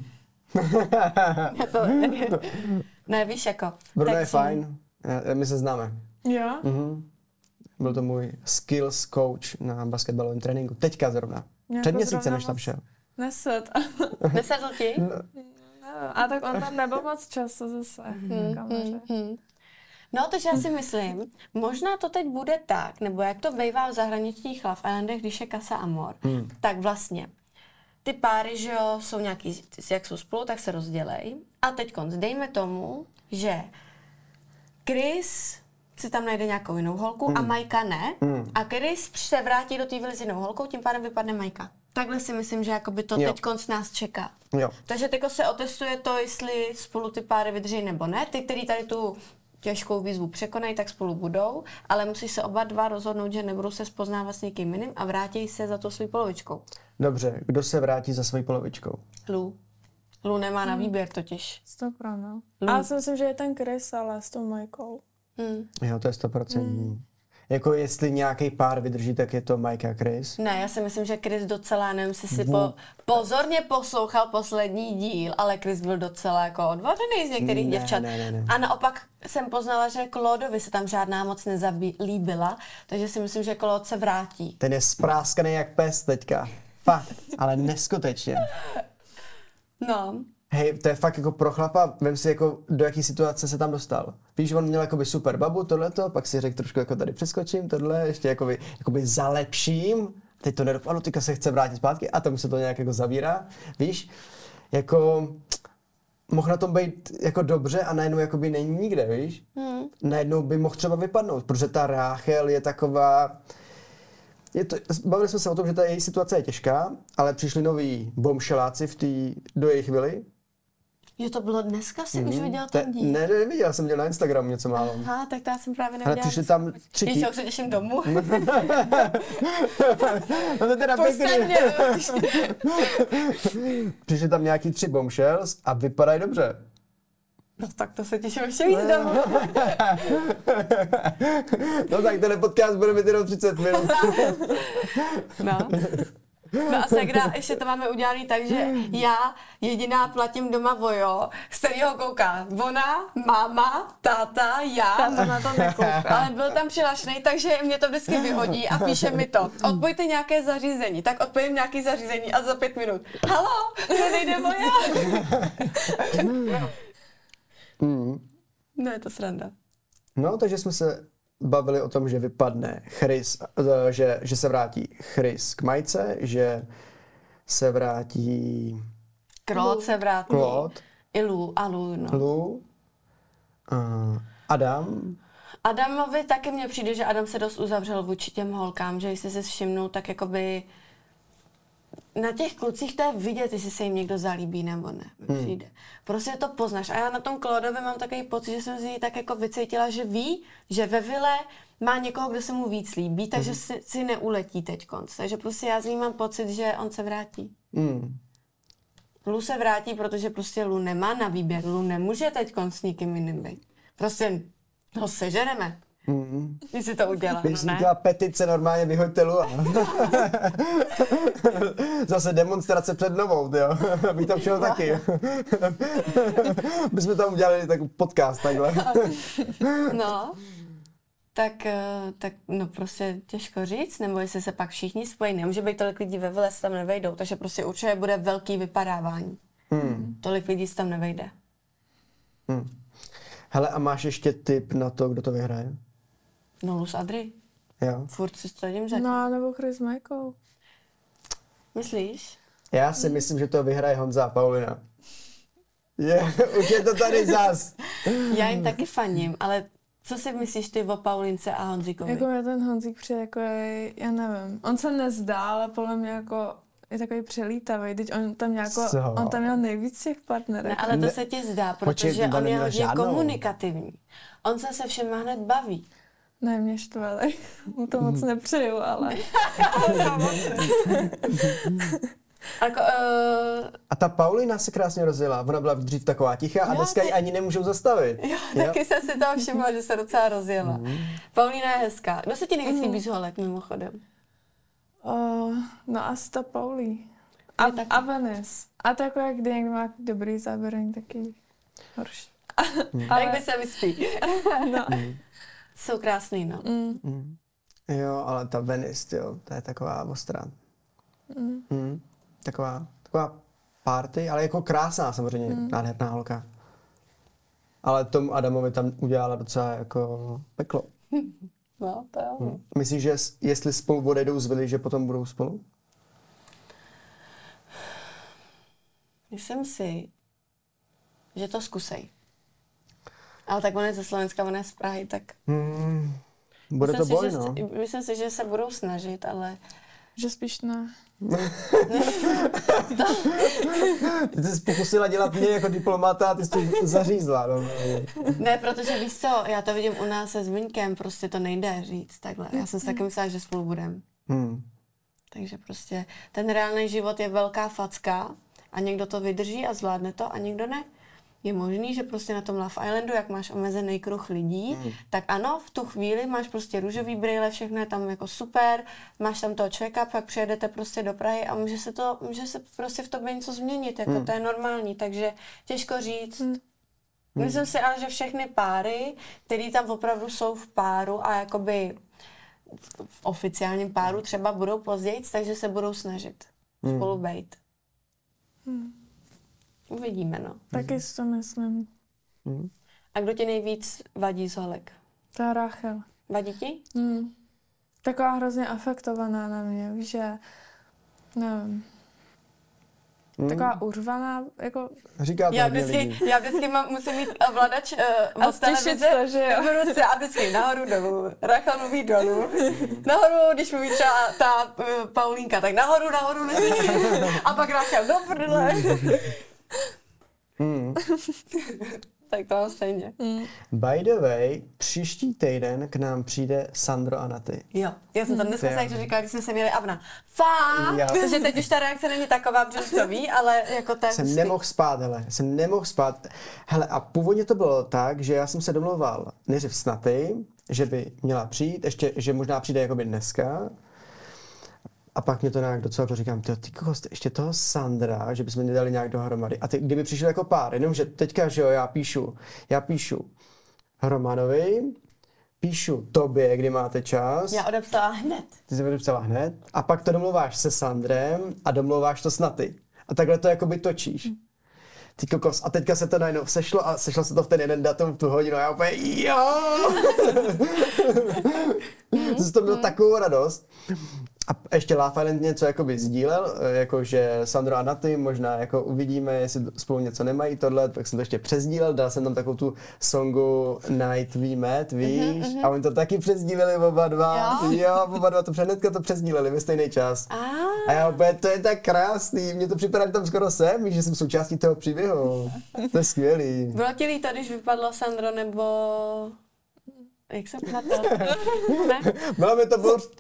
to, ne, víš jako. Brno je si- fajn, Já- my se známe. Jo? Mhm. Byl to můj skills coach na basketbalovém tréninku. Teďka zrovna. Jako Před měsícem, zrovna než tam moc šel. Neset. Nesedl ti? A tak on tam nebyl moc času zase. Hmm, kameře. hmm, hmm. No, takže já si myslím, možná to teď bude tak, nebo jak to bývá v zahraničních Love Islandech, když je Casa Amor, Hmm. tak vlastně ty páry, že jo, jsou nějaký, jak jsou spolu, tak se rozdělej. A teď konc, dejme tomu, že Chris si tam najde nějakou jinou holku hmm. a Majka ne. Hmm. A Chris se vrátí do té vily s jinou holkou, tím pádem vypadne Majka. Takhle si myslím, že jakoby to Jo. teď konc nás čeká. Jo. Takže teďko se otestuje to, jestli spolu ty páry vydrží nebo ne. Ty, který tady tu těžkou výzvu překonají, tak spolu budou, ale musí se oba dva rozhodnout, že nebudou se spoznávat s někým jiným a vrátí se za to svou polovičkou. Dobře, kdo se vrátí za svojí polovičkou? Lu. Lu nemá na výběr totiž. Sto pro, no. Hmm. A já si myslím, že je ten Chris, ale s tou Majkou. Hmm. Jo, to je sto procent. Mm. Jako jestli nějaký pár vydrží, tak je to Mike a Chris. Ne, já si myslím, že Chris docela, nevím, jestli si po, pozorně poslouchal poslední díl, ale Chris byl docela jako odvařený z některých Ne, děvčat. ne, ne, ne. A naopak jsem poznala, že Claudeovi se tam žádná moc nezalíbila, takže si myslím, že Claude se vrátí. Ten je spráskaný jak pes teďka. Fakt, ale neskutečně. No, Hej, to je fakt jako pro chlapa, vem si jako do jaký situace se tam dostal. Víš, on měl jakoby super babu, tohleto, pak si řekl trošku jako tady přeskočím, tohle, ještě jakoby, jakoby zalepším, teď to nedopadlo, teďka se chce vrátit zpátky a tam se to nějak jako zavírá, víš, jako mohl na tom být jako dobře a najednou jakoby není nikde, víš, hmm. najednou by mohl třeba vypadnout, protože ta Ráchel je taková, je to, bavili jsme se o tom, že ta její situace je těžká, ale přišli noví bomšeláci v té, do jejich vily. jo, to bylo dneska, si už viděla Te- ten díl. Ne, ne, neviděl, já jsem dělal na Instagramu něco málo. Aha, tak to já jsem právě Ale neviděla. přišli tam tři Víš, tí... jak se těším domů. No to teda Postaň pěkný. mě. Přišli tam nějaký tři bombshells a vypadají dobře. No tak to se těším ještě víc domů. No tak tenhle podcast bude mít jenom třicet minut. No. No a Segra, ještě to máme udělané tak, že já jediná platím doma Vojo, z kterého kouká ona, máma, táta, já. Táta na to nekouká. Ale byl tam přihlášený, takže mě to vždycky vyhodí a píše mi to. Odpojte nějaké zařízení, tak odpojím nějaké zařízení a za pět minut. Halo, kde nejde Voja? Mm. No je to sranda. No, takže jsme se bavili o tom, že vypadne Chris, že, že se vrátí Chris k Majce, že se vrátí Claude se vrátí. Claude, I Lu a Lu, no. Lu, uh, Adam. Adamovi taky mně přijde, že Adam se dost uzavřel vůči těm holkám, že jestli se všimnul, tak jakoby na těch klucích to je vidět, jestli se jim někdo zalíbí nebo ne, mi Hmm. přijde. Prostě to poznáš. A já na tom Claudeovi mám takový pocit, že jsem z něj tak jako vycítila, že ví, že ve vile má někoho, kdo se mu víc líbí, takže Hmm. si, si neuletí teď konc. Takže prostě já z ní mám pocit, že on se vrátí. Mm. Lu se vrátí, protože prostě Lu nemá na výběr. Lu nemůže teď konc s nikým jiným být. Prostě ho sežereme. Mm. Když si to udělá, Bych no si ne? udělala petice normálně vyhoďte Lu. Zase demonstrace před novou, jo. Bych tam šel taky. My jsme tam udělali takový podcast takhle. No, tak, eh, tak no prostě těžko říct, nebo jestli se pak všichni spojí, nemůže být tolik lidí ve vile, se tam nevejdou, takže prostě určitě bude velký vypadávání. Hmm. Tolik lidí se tam nevejde. Hmm. Hele, a máš ještě tip na to, kdo to vyhraje? No Luz Adry, Jo. furt si to tím řekl. No, nebo Chris s Majkou. Myslíš? Já si myslím, že to vyhraje Honza a Paulina. Je, už je to tady zas. Já jim taky faním, ale co si myslíš ty o Paulince a Honzíkovi? Jako mě ten Honzík přijde jako, je, já nevím, on se nezdá, ale podle mě jako je takový přelítavý, teď on tam nějako, Co? on tam měl nejvíc těch partnerek. Ne, ale to Ne- se ti zdá, Počkej, protože on on je neměl hodně žádnou. komunikativní. On se se všema hned baví. Ne, mě štvele, mu to moc nepřeju, ale Jako, uh, A ta Paulina se krásně rozjela. Ona byla dřív taková tichá a Jo, dneska ji ty- ani nemůžou zastavit. jo, taky jsem si toho všimla, že se docela rozjela. Mhm. Paulína je hezká. Kdo se ti nejvíc líbí z holek mimochodem? uh, no asi ta Paulí. A, a Venice. A to jako jak kdy někdo má dobrý záběr, není taky horší. Mm. Ale... Jak by se vyspí. No. Mm. Jsou krásný, no. Mm. Mm. Jo, ale ta Venice, jo, to je taková ostrá. Mm. Mm. Taková, taková party, ale jako krásná samozřejmě, mm. nádherná holka. Ale tomu Adamovi tam udělala docela jako peklo. No, to jo. Mm. Myslíš, že jestli spolu odejdou z vily, že potom budou spolu? Myslím si, že to zkusej. Ale tak on je ze Slovenska, on je z Prahy, tak... Mm. Bude myslím to boj, si, no. Že, myslím si, že se budou snažit, ale... Že spíš ne. Ty jsi pokusila dělat mě jako diplomata a ty jsi to zařízla. No. Ne, protože víš co, já to vidím u nás se Zbyňkem, prostě to nejde říct takhle. Já jsem si taky myslela, že spolu budem. Hmm. Takže prostě ten reálný život je velká facka a někdo to vydrží a zvládne to a někdo ne. Je možný, že prostě na tom Love Islandu, jak máš omezený kruh lidí, mm. tak ano, v tu chvíli máš prostě růžový brýle, všechno je tam jako super, máš tam toho člověka, pak přijedete prostě do Prahy a může se to, může se prostě v tobě něco změnit, jako mm. to je normální, takže těžko říct. Mm. Myslím si ale, že všechny páry, které tam opravdu jsou v páru a jakoby v oficiálním páru třeba budou později, takže se budou snažit mm. spolu bejt. Mm. Uvidíme, no. Taky si to myslím. Mm. A kdo ti nejvíc vadí z holek? Ta Rachel. Vadí ti? Mm. Taková hrozně afektovaná na mě, víš, že nevím. Mm. Taková urvaná, jako... Říká to já hodně vždycky, lidí. já vždycky mám, musím mít vladač uh, a stěšit to, že jo. v ruce a vždycky nahoru dolů. Rachel mluví dolů. Nahoru, když mluví třeba ta uh, Paulínka, tak nahoru, nahoru, nezvětí. A pak Rachel, do prdele. Mm. Tak to mám stejně. Mm. By the way, příští týden k nám přijde Sandro a Naty. Jo, já jsem to dneska Mm. se jak říkala, když jsme se měli Avna. Fakt! Takže teď už ta reakce není taková, protože to ví, ale jako ten... Jsem nemohl spát, hele, jsem nemohl spát. Hele, a původně to bylo tak, že já jsem se domlouval nejdřív s Naty, že by měla přijít, ještě, že možná přijde jakoby dneska. A pak mě to nějak docela jako říkám, ty, ty koho, ještě toho Sandra, že bychom mě dali nějak dohromady. A ty, kdyby přišel jako pár, jenomže teďka, že jo, já píšu, já píšu Romanovi, píšu tobě, kdy máte čas. Já odepsala hned. Ty jsi odepsala hned. A pak to domluváš se Sandrem a domluváš to s Naty. A takhle to jakoby točíš. Ty kokos. A teďka se to najednou sešlo a sešlo se to v ten jeden datum v tu hodinu a já úplně jo! Jsi to měl takovou radost. A ještě Love Island něco jakoby sdílel, jakože Sandro a Naty, možná jako uvidíme, jestli spolu něco nemají tohle, tak jsem to ještě přesdílel, dal jsem tam takovou tu songu Night We Met, víš, uh-huh, uh-huh. a oni to taky přesdíleli oba dva, jo, jo oba dva to hnedka to přesdíleli ve stejný čas. Ah. A já opět, to je tak krásný, mně to připadá, že tam skoro jsem, víš, že jsem součástí toho příběhu, to je skvělý. Bylo ti líto, když vypadlo Sandro, nebo... Jak se ptáte? Ne? Bylo mi to burst.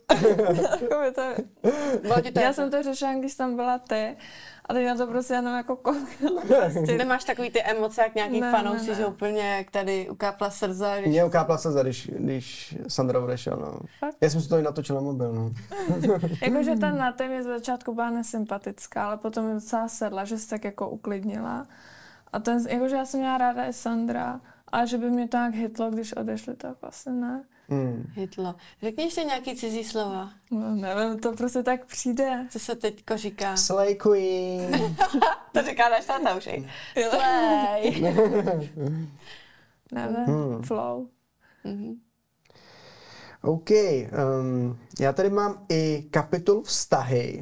Já jsem to řešila, když tam byla ty. A teď na to prostě jenom jako koukala. Ty nemáš takový ty emoce, jak nějaký ne, fanoušci, ne, ne. že úplně jak tady ukápla srdce. Když... Mě ukápla slza, když, když Sandra odešel, no. Fakt? Já jsem si to i natočil na mobil, no. Jakože ta Naty mě z začátku byla nesympatická, ale potom mi docela sedla, že se tak jako uklidnila. A ten, jakože já jsem měla ráda i Sandra, ale že by mě to nějak hitlo, když odešli, tak asi ne. Mm. Hitlo. Řekni ještě nějaký cizí slova. No, nevím, to prostě tak přijde. Co se teďko říká? Slay queen. To říká náš táta už. Slay. Nevím, Hmm. flow. Mm-hmm. OK, um, já tady mám i kapitolu vztahy.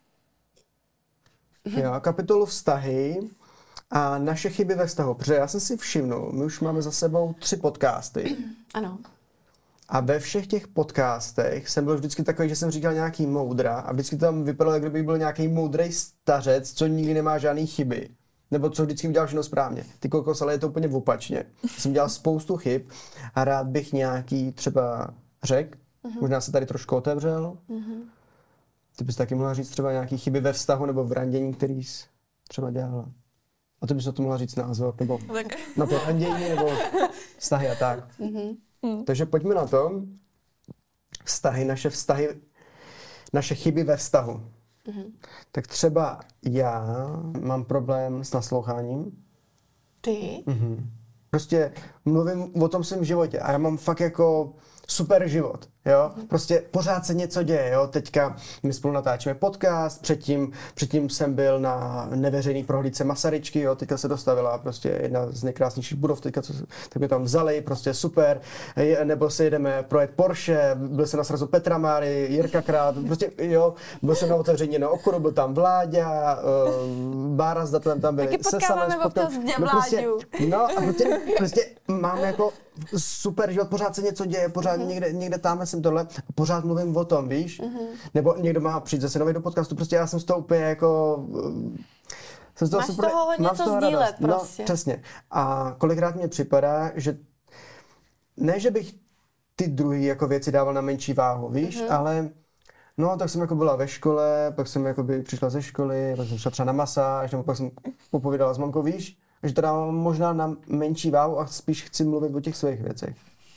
Jo, kapitolu vztahy a naše chyby ve vztahu. Protože já jsem si všimnul, my už máme za sebou tři podcasty. Ano. A ve všech těch podcastech jsem byl vždycky takový, že jsem říkal nějaký moudra a vždycky to tam vypadalo, jak kdyby byl nějaký moudrej stařec, co nikdy nemá žádný chyby. Nebo co vždycky udělal všechno správně. Ty kokos, ale je to úplně opačně. Jsem dělal spoustu chyb a rád bych nějaký třeba řekl, uh-huh. možná se tady trošku otevřel. Uh-huh. Ty bys taky mohla říct třeba nějaký chyby ve vztahu nebo v randění, který jsi třeba dělala. A to bys na to mohla říct názor, nebo na to randění, nebo vztahy a tak. Uh-huh. Mm. Takže pojďme na to. Vztahy, naše vztahy, naše chyby ve vztahu. Mm-hmm. Tak třeba já mám problém s nasloucháním. Ty? Mm-hmm. Prostě mluvím o tom svém životě a já mám fakt jako super život, jo. Prostě pořád se něco děje, jo. Teďka my spolu natáčíme podcast, předtím, předtím jsem byl na neveřejný prohlídce Masaryčky, jo. Teďka se dostavila prostě jedna z nejkrásnějších budov, teďka co, tak mě tam vzali, prostě super. Je, nebo se jedeme projet Porsche, byl jsem na srazu Petra Máry, Jirka Krát, prostě jo. Byl jsem na otevření na obchodu, byl tam Vláďa, uh, Bára s Datlem tam byli. Taky potkáváme občas no, prostě, Vláďu. no a prostě, prostě mám jako super život, pořád se něco děje, pořád mm-hmm. někde, někde tamhle jsem tohle, pořád mluvím o tom, víš? Mm-hmm. Nebo někdo má přijít zase nový do podcastu, prostě já jsem z toho úplně jako... Jsem z toho Máš super, toho hodně mám z toho co sdílet radost. prostě. No, přesně. A kolikrát mně připadá, že ne, že bych ty druhý jako věci dával na menší váhu, víš, mm-hmm. ale no, tak jsem jako byla ve škole, pak jsem jako by přišla ze školy, pak jsem šla třeba na masáž, nebo pak jsem popovídala s mamkou, víš? Že to dávám možná na menší váhu a spíš chci mluvit o těch svých věcech.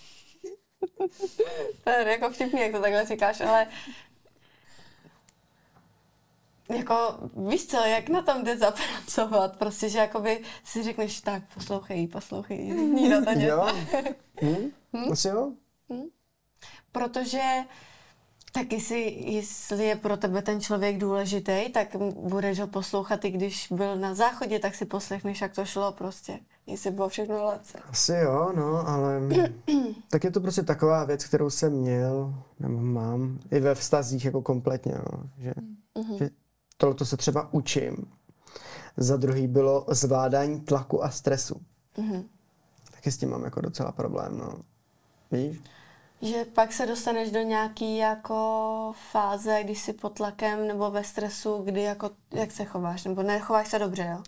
To je jako vtipný, jak to takhle říkáš, ale jako, víš co, jak na tom jde zapracovat, prostě, že jakoby si řekneš, tak poslouchej, poslouchej, nikdo to něco. Jo? Hm? Hm? Asi jo? Hm? Protože taky si, jestli je pro tebe ten člověk důležitý, tak budeš ho poslouchat, i když byl na záchodě, tak si poslechneš, jak to šlo prostě. Jestli bylo všechno hladce. Asi jo, no, ale tak je to prostě taková věc, kterou jsem měl, nebo mám, i ve vztazích jako kompletně, no, že, mm-hmm. že tohleto se třeba učím. Za druhý bylo zvládání tlaku a stresu. Mm-hmm. Taky s tím mám jako docela problém, no. Víš? Že pak se dostaneš do nějaký jako fáze, když jsi pod tlakem nebo ve stresu, kdy jako, jak se chováš, nebo nechováš se dobře, jo?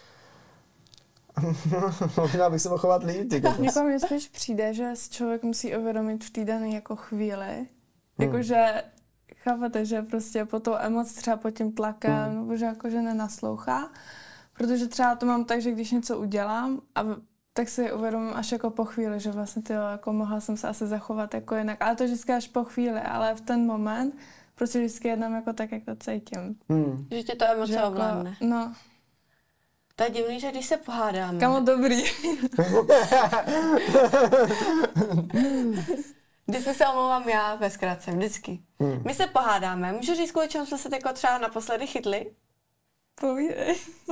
Možná bych se mohl chovat líp. Jako mně spíš přijde, že si člověk musí uvědomit v té dané jako chvíli, hmm. jakože chápete, že prostě po tou emoc třeba pod tím tlakem, hmm. nebo že jakože nenaslouchá, protože třeba to mám tak, že když něco udělám a tak si uvědomím až jako po chvíli, že vlastně tyjo, jako mohla jsem se asi zachovat jako jinak. Ale to vždycky až po chvíli, ale v ten moment prostě vždycky jednám jako tak, jak to cítím. Hmm. Že tě to emoce jako, ovládne. No. To je divný, že když se pohádáme. Kamo, dobrý. Vždycky se omlouvám já ve zkratce, vždycky. Hmm. My se pohádáme. Můžu říct, kvůli čemu jsme se jako třeba naposledy chytli? Povídej.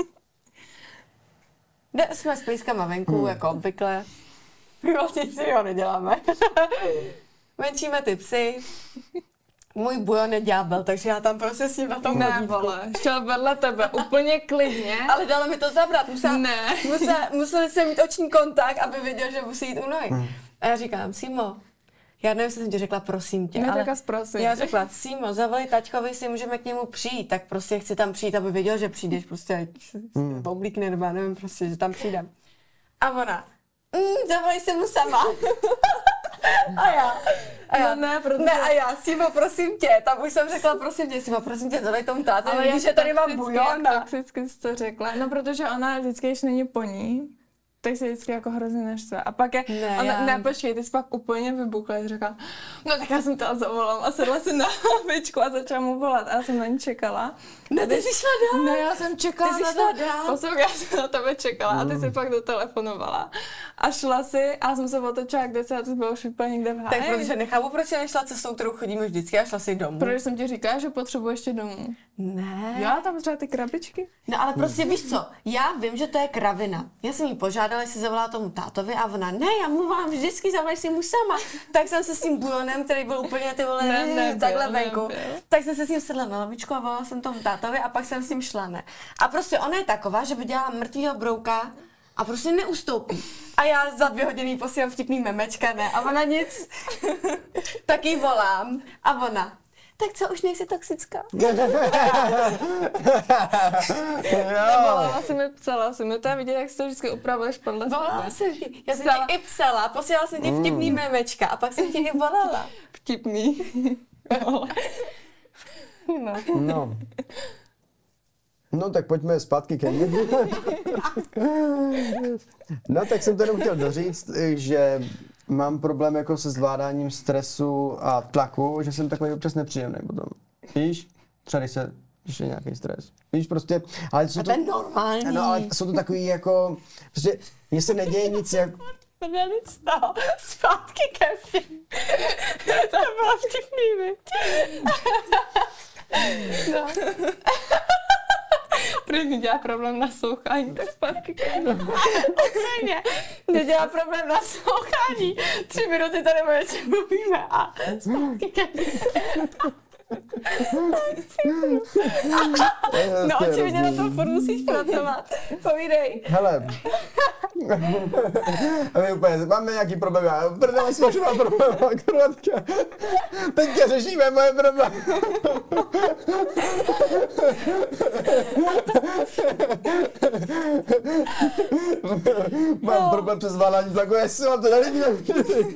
Ne, jsme s plískama venku, hmm. jako obvykle. Vlastně nic jiného neděláme. Venčíme ty psy. Můj bujon je ďábel, takže já tam prostě s ním na tom Ne, vole, šel vedle tebe, úplně klidně. Ale dalo mi to zabrat, musela, ne. musela, museli jsme mít oční kontakt, aby věděl, že musí jít u nohy. Hmm. A já říkám, Simo, já nevím, jestli jsem ti řekla, prosím tě, ne, ale prosím. já řekla, Simo, zavolej taťkovi, si můžeme k němu přijít, tak prostě chci tam přijít, aby věděl, že přijdeš, prostě hmm. oblíkne, nebo já nevím, prostě, že tam přijdem. A ona, mm, zavolej si mu sama. A já, a já, no ne, protože... ne, a já, Simo, prosím tě, tam už jsem řekla, prosím tě, Simo, prosím tě, zavolej tomu tátu, ale když je tady mám bujon. Jak toxicky jsi to řekla, no protože ona vždycky, když není po ní, tak se vždycky jako hrozně neštve. A pak je, ne, ona, já... ne, počkej, ty jsi pak úplně vybuchla, jsi řekla, no tak já jsem teda zavolám a sedla si na lavičku a začala mu volat a já jsem na ní čekala. Ne, ty jsi šla dál. Ne, já jsem čekala ty jsi na šla to. dál. Poslouchej, já jsem na tebe čekala a ty jsi pak dotelefonovala. A šla si a já jsem se otočila, kde se a ty byla už úplně někde v háji. Tak protože nechápu, proč jsi nešla cestou, kterou chodíme vždycky a šla si domů. Protože jsem ti říkala, že potřebuji ještě domů. Ne. Já tam třeba ty krabičky. No ale prostě víš co, já vím, že to je kravina. Já jsem jí požádala, jestli zavolá tomu tátovi a ona, ne, já mu volám vždycky, zavolej si mu sama. Tak jsem se s tím bujonem, který byl úplně ty vole, ne, nebyl, takhle venku, nebyl. tak jsem se s ním sedla na lavičku a volala jsem tomu tátovi a pak jsem s ním šla, ne. A prostě ona je taková, že by dělala mrtvýho brouka a prostě neustoupí. A já za dvě hodiny posílám vtipný memečka, ne, a ona nic. Tak jí volám a ona, tak co, už nejsi toxická? Volala si mi, psala si mi, to je vidět, jak si to vždycky upravuješ podle sebe. Volala jsem ti, já jsem ti i psala, posílala jsem ti vtipný mm. memečka a pak jsem ti i volala. Vtipný. no. no. No tak pojďme zpátky ke mně. No tak jsem to jenom chtěl doříct, že mám problém jako se zvládáním stresu a tlaku, že jsem takový občas nepříjemný potom. Víš? Třeba když se když je nějaký stres. Víš, prostě, ale jsou A to je normální. No, ale jsou to takový jako, prostě, mně se neděje nic jak... Nic z toho. Zpátky ke všem. To bylo vtipný, viď? No. Prý mi dělá problém na slouchání, tak zpátky ke mně. Okejně. Nedělá problém na slouchání. Tři minuty tady o něčem mluvíme a zpátky ke mně. No očividně na tom furt musíš pracovat. Povídej. Hele. A my úplně, máme nějaký problém, já prdele s vašima problémama, kruatka. Teď tě řešíme moje problémy. Mám problém přes zvládání tlaku, jestli mám to nelíbí.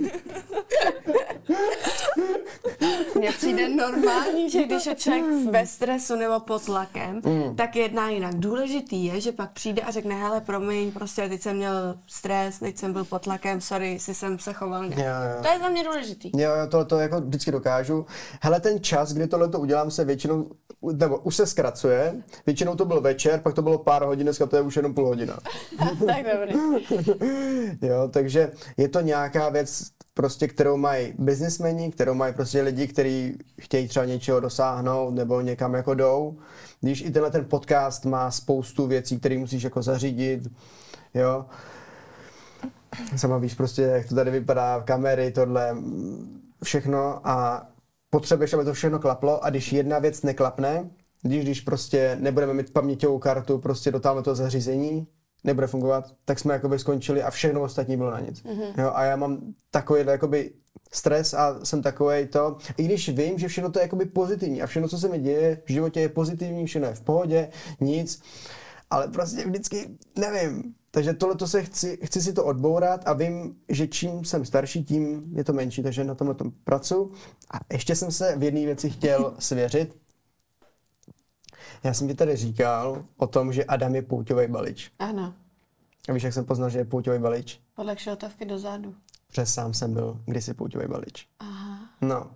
Mně přijde normální, že když je člověk ve stresu nebo pod tlakem, mm. tak jedná jinak. Důležitý je, že pak přijde a řekne, hele, promiň, prostě teď jsem měl stres, teď jsem byl pod tlakem, sorry, jestli jsem se choval nějak. Jo, jo. To je za mě důležitý. Jo, jo, tohle to jako vždycky dokážu. Hele, ten čas, kdy tohle to udělám, se většinou, nebo už se zkracuje. Většinou to byl večer, pak to bylo pár hodin, dneska to je už jenom půl hodina. Tak dobrý. Jo, takže je to nějaká věc, prostě, kterou mají biznismeni, kterou mají prostě lidi, kteří chtějí třeba něčeho dosáhnout nebo někam jako jdou. Když i tenhle ten podcast má spoustu věcí, které musíš jako zařídit, jo. Sama víš prostě, jak to tady vypadá, kamery, tohle, všechno a potřebuješ, aby to všechno klaplo a když jedna věc neklapne, když, když prostě nebudeme mít paměťovou kartu prostě do tamhle toho zařízení, nebude fungovat, tak jsme jakoby skončili a všechno ostatní bylo na nic. Mm-hmm. Jo, a já mám takový jakoby stres a jsem takovej to, i když vím, že všechno to je jakoby pozitivní a všechno, co se mi děje v životě je pozitivní, všechno je v pohodě, nic, ale prostě vždycky nevím. Takže tohleto se chci, chci si to odbourat a vím, že čím jsem starší, tím je to menší, takže na tomhle tom pracuji. A ještě jsem se v jedné věci chtěl svěřit. Já jsem ti tady říkal o tom, že Adam je pouťový balič. Ano. A víš, jak jsem poznal, že je pouťový balič? Podle kšeltovky dozadu. Přes sám jsem byl kdysi pouťový balič. Aha. No.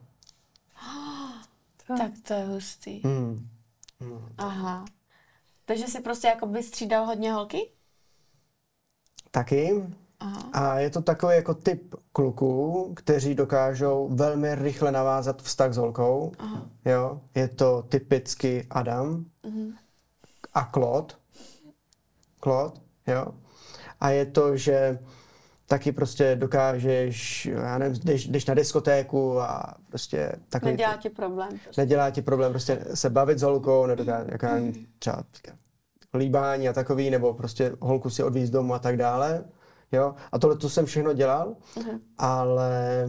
Tak to je hustý. Mm. No. Aha. Takže jsi prostě jakoby střídal hodně holky? Taky. Aha. A je to takový jako typ kluků, kteří dokážou velmi rychle navázat vztah s holkou. Aha. Jo. Je to typicky Adam Mhm. a Claude. Claude, jo. A je to, že taky prostě dokážeš, já nevím, jdeš, jdeš na diskotéku a prostě takový... Nedělá ti problém. Prostě. Nedělá ti problém prostě se bavit s holkou, nedokáže, jako nevím, třeba líbání a takový, nebo prostě holku si odvízt domů a tak dále. Jo? A tohle to jsem všechno dělal, uh-huh. ale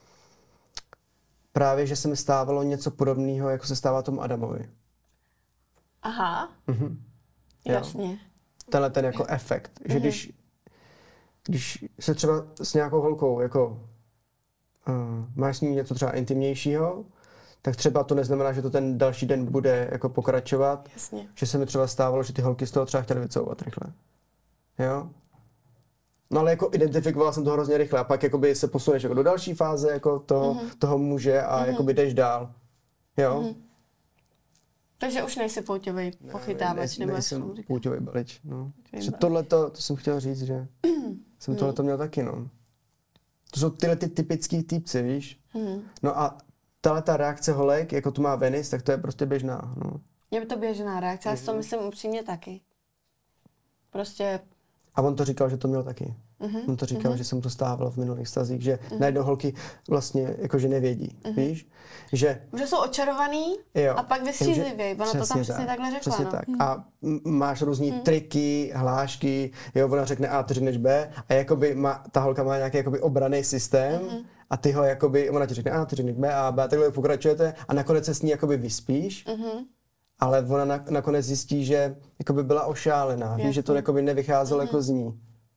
právě, že se mi stávalo něco podobného, jako se stává tomu Adamovi. Aha, Uh-huh. jasně. Tenhle ten jako efekt, že uh-huh. když, když se třeba s nějakou holkou jako uh, máš s ní něco třeba intimnějšího, tak třeba to neznamená, že to ten další den bude jako pokračovat. Jasně. Že se mi třeba stávalo, že ty holky z toho třeba chtěly vycouvat rychle. Jo? No ale jako identifikoval jsem to hrozně rychle a pak jakoby se posuneš jako do další fáze jako toho, mm-hmm. toho muže a mm-hmm. jakoby jdeš dál. Jo? Mm-hmm. Takže už nejsi pouťovej pochytávač, ne, nebo jak jsem říct. pouťovej balič, no. Že tohleto, to jsem chtěl říct, že jsem tohleto měl taky, no. To jsou tyhle ty typický týpci, víš? Mm. No a tahle ta reakce holek, jako tu má Venice, tak to je prostě běžná, no. Je to běžná reakce, já si to myslím upřímně taky. Prostě... A on to říkal, že to měl taky. Uh-huh, on to říkal, uh-huh. že jsem to stával v minulých stazích, že uh-huh. najednou holky vlastně jakože nevědí, uh-huh. víš? Že, že jsou očarovaný jo, a pak vystřízlivějí. Ona to tam přesně takhle řekla. Přesně no. tak. A m- máš různý uh-huh. triky, hlášky, jo, ona řekne A, ty řekneš B a jakoby má, ta holka má nějaký jakoby obranný systém uh-huh. a ty ho jakoby, ona ti řekne A, ty řekneš B a B, takhle pokračujete a nakonec se s ní jakoby vyspíš. Uh-huh. Ale ona na, nakonec zjistí, že jakoby byla ošálená, víš, že to jakoby nevycházelo mm. jako z ní.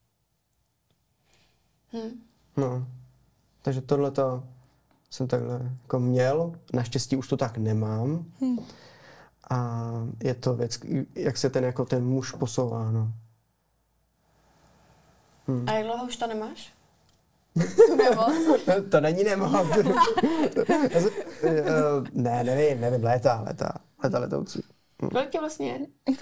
Mm. No, takže tohleto jsem takhle jako měl, naštěstí už to tak nemám. Mm. A je to věc, jak se ten jako ten muž posouvá, no. Mm. A jak dlouho už to nemáš? Tu nemoc? To není nemoc. ne, nevím, nevím, léta, léta, léta letoucí. Kolik je vlastně?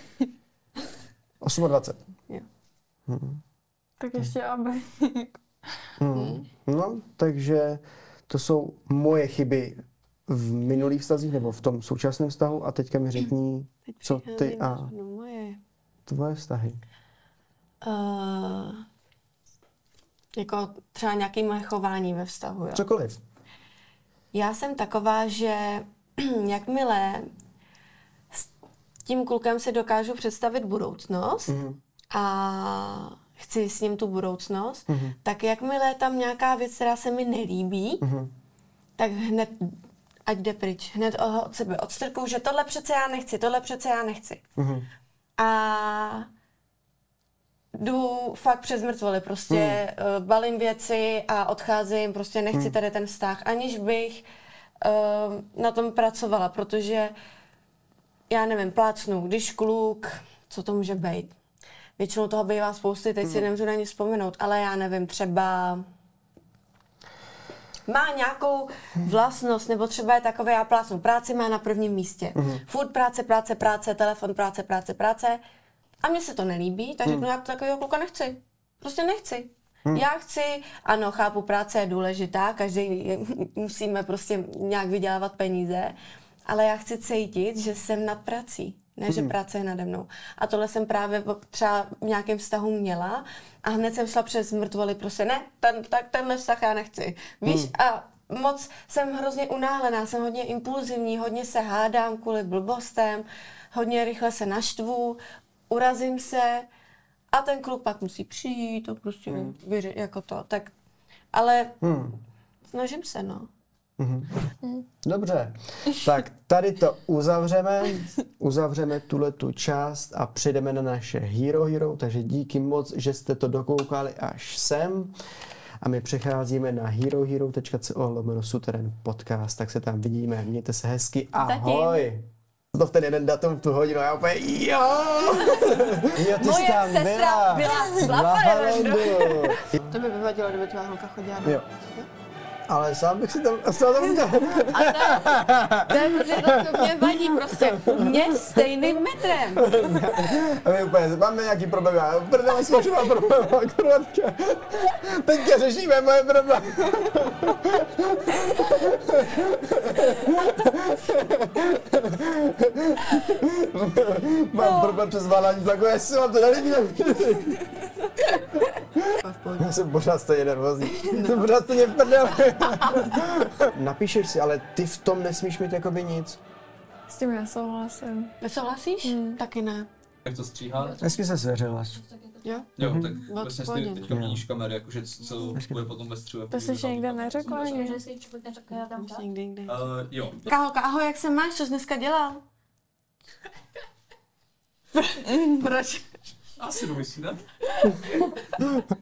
dvacet osm. Jo. Hmm. Tak ještě aby. Hmm. No, takže to jsou moje chyby v minulých vztazích nebo v tom současném vztahu a teďka mi řekni, Teď co ty a no, moje. tvoje vztahy. Uh, jako třeba nějaké moje chování ve vztahu, jo. Cokoliv. Já jsem taková, že jakmile s tím klukem si dokážu představit budoucnost Mhm. a chci s ním tu budoucnost, Mhm. tak jakmile je tam nějaká věc, která se mi nelíbí, Mhm. tak hned ať jde pryč. Hned od sebe odstrkuju, že tohle přece já nechci, tohle přece já nechci. Mhm. A jdu fakt přes mrtvoly, prostě Hmm. uh, balím věci a odcházím, prostě nechci Hmm. tady ten vztah, aniž bych uh, na tom pracovala, protože já nevím, plácnu, když kluk, co to může být? Většinou toho bývá spousty, teď si Hmm. nemůžu na ně vzpomenout, ale já nevím, třeba má nějakou vlastnost, nebo třeba je takové, já plácnu, práci má na prvním místě. Mhm. Furt práce, práce, práce, telefon, práce, práce, práce. A mně se to nelíbí, tak řeknu, já takového kluka nechci. Prostě nechci. Já chci, ano, chápu, práce je důležitá, každý je, musíme prostě nějak vydělávat peníze, ale já chci cítit, že jsem nad prací. Ne, že práce je nade mnou. A tohle jsem právě třeba v nějakém vztahu měla a hned jsem šla přes mrtvoly, prostě ne, ten, tak tenhle vztah já nechci. Víš, hmm. a moc jsem hrozně unáhlená, jsem hodně impulzivní, hodně se hádám kvůli blbostem, hodně rychle se naštvu, urazím se a ten kluk pak musí přijít a prostě hmm. vyřešit jako to. Tak, ale Hmm. snažím se, no. Mhm. Dobře, tak tady to uzavřeme, uzavřeme tuhle tu část a přejdeme na naše Hero Hero, takže díky moc, že jste to dokoukali až sem a my přecházíme na herohero tečka co lomeno suterén podcast, tak se tam vidíme, mějte se hezky, ahoj! To v ten jeden datum v tu hodinu, já úplně jo! Jo, ty jsi Moje tam sestra byla v Na Lafarendu. Farendu. To by vyvadilo, kdyby tvá holka chodila. Jo. Ale sám bych si tam, sám tam udělal. A to, to je prostě to, co mě vadí, prostě mě stejným metrem. A my úplně, máme nějaký problém, já prdele jsme má problém, akorát teďka řešíme moje problémy. Mám problém přes zvládání tlaku, jestli vám to nelíbí. Já jsem pořád stejně nervózní. Jsem pořád stejně v prdele. Napíšeš si, ale ty v tom nesmíš mít jakoby nic. S tím já souhlasím. Nesouhlasíš? Hmm. Taky ne. Jak to stříhá? Hezky se svěřila. Jo? Jo, tak No, vlastně pohodě. ty teďka vidíš kamery, jakože co bude potom ve střihu. To jsi někde neřekla ani. Někdy, někdy. Uh, jo. Káholka, ahoj, jak se máš? Co jsi dneska dělal? Proč? Asi jdu vysídat.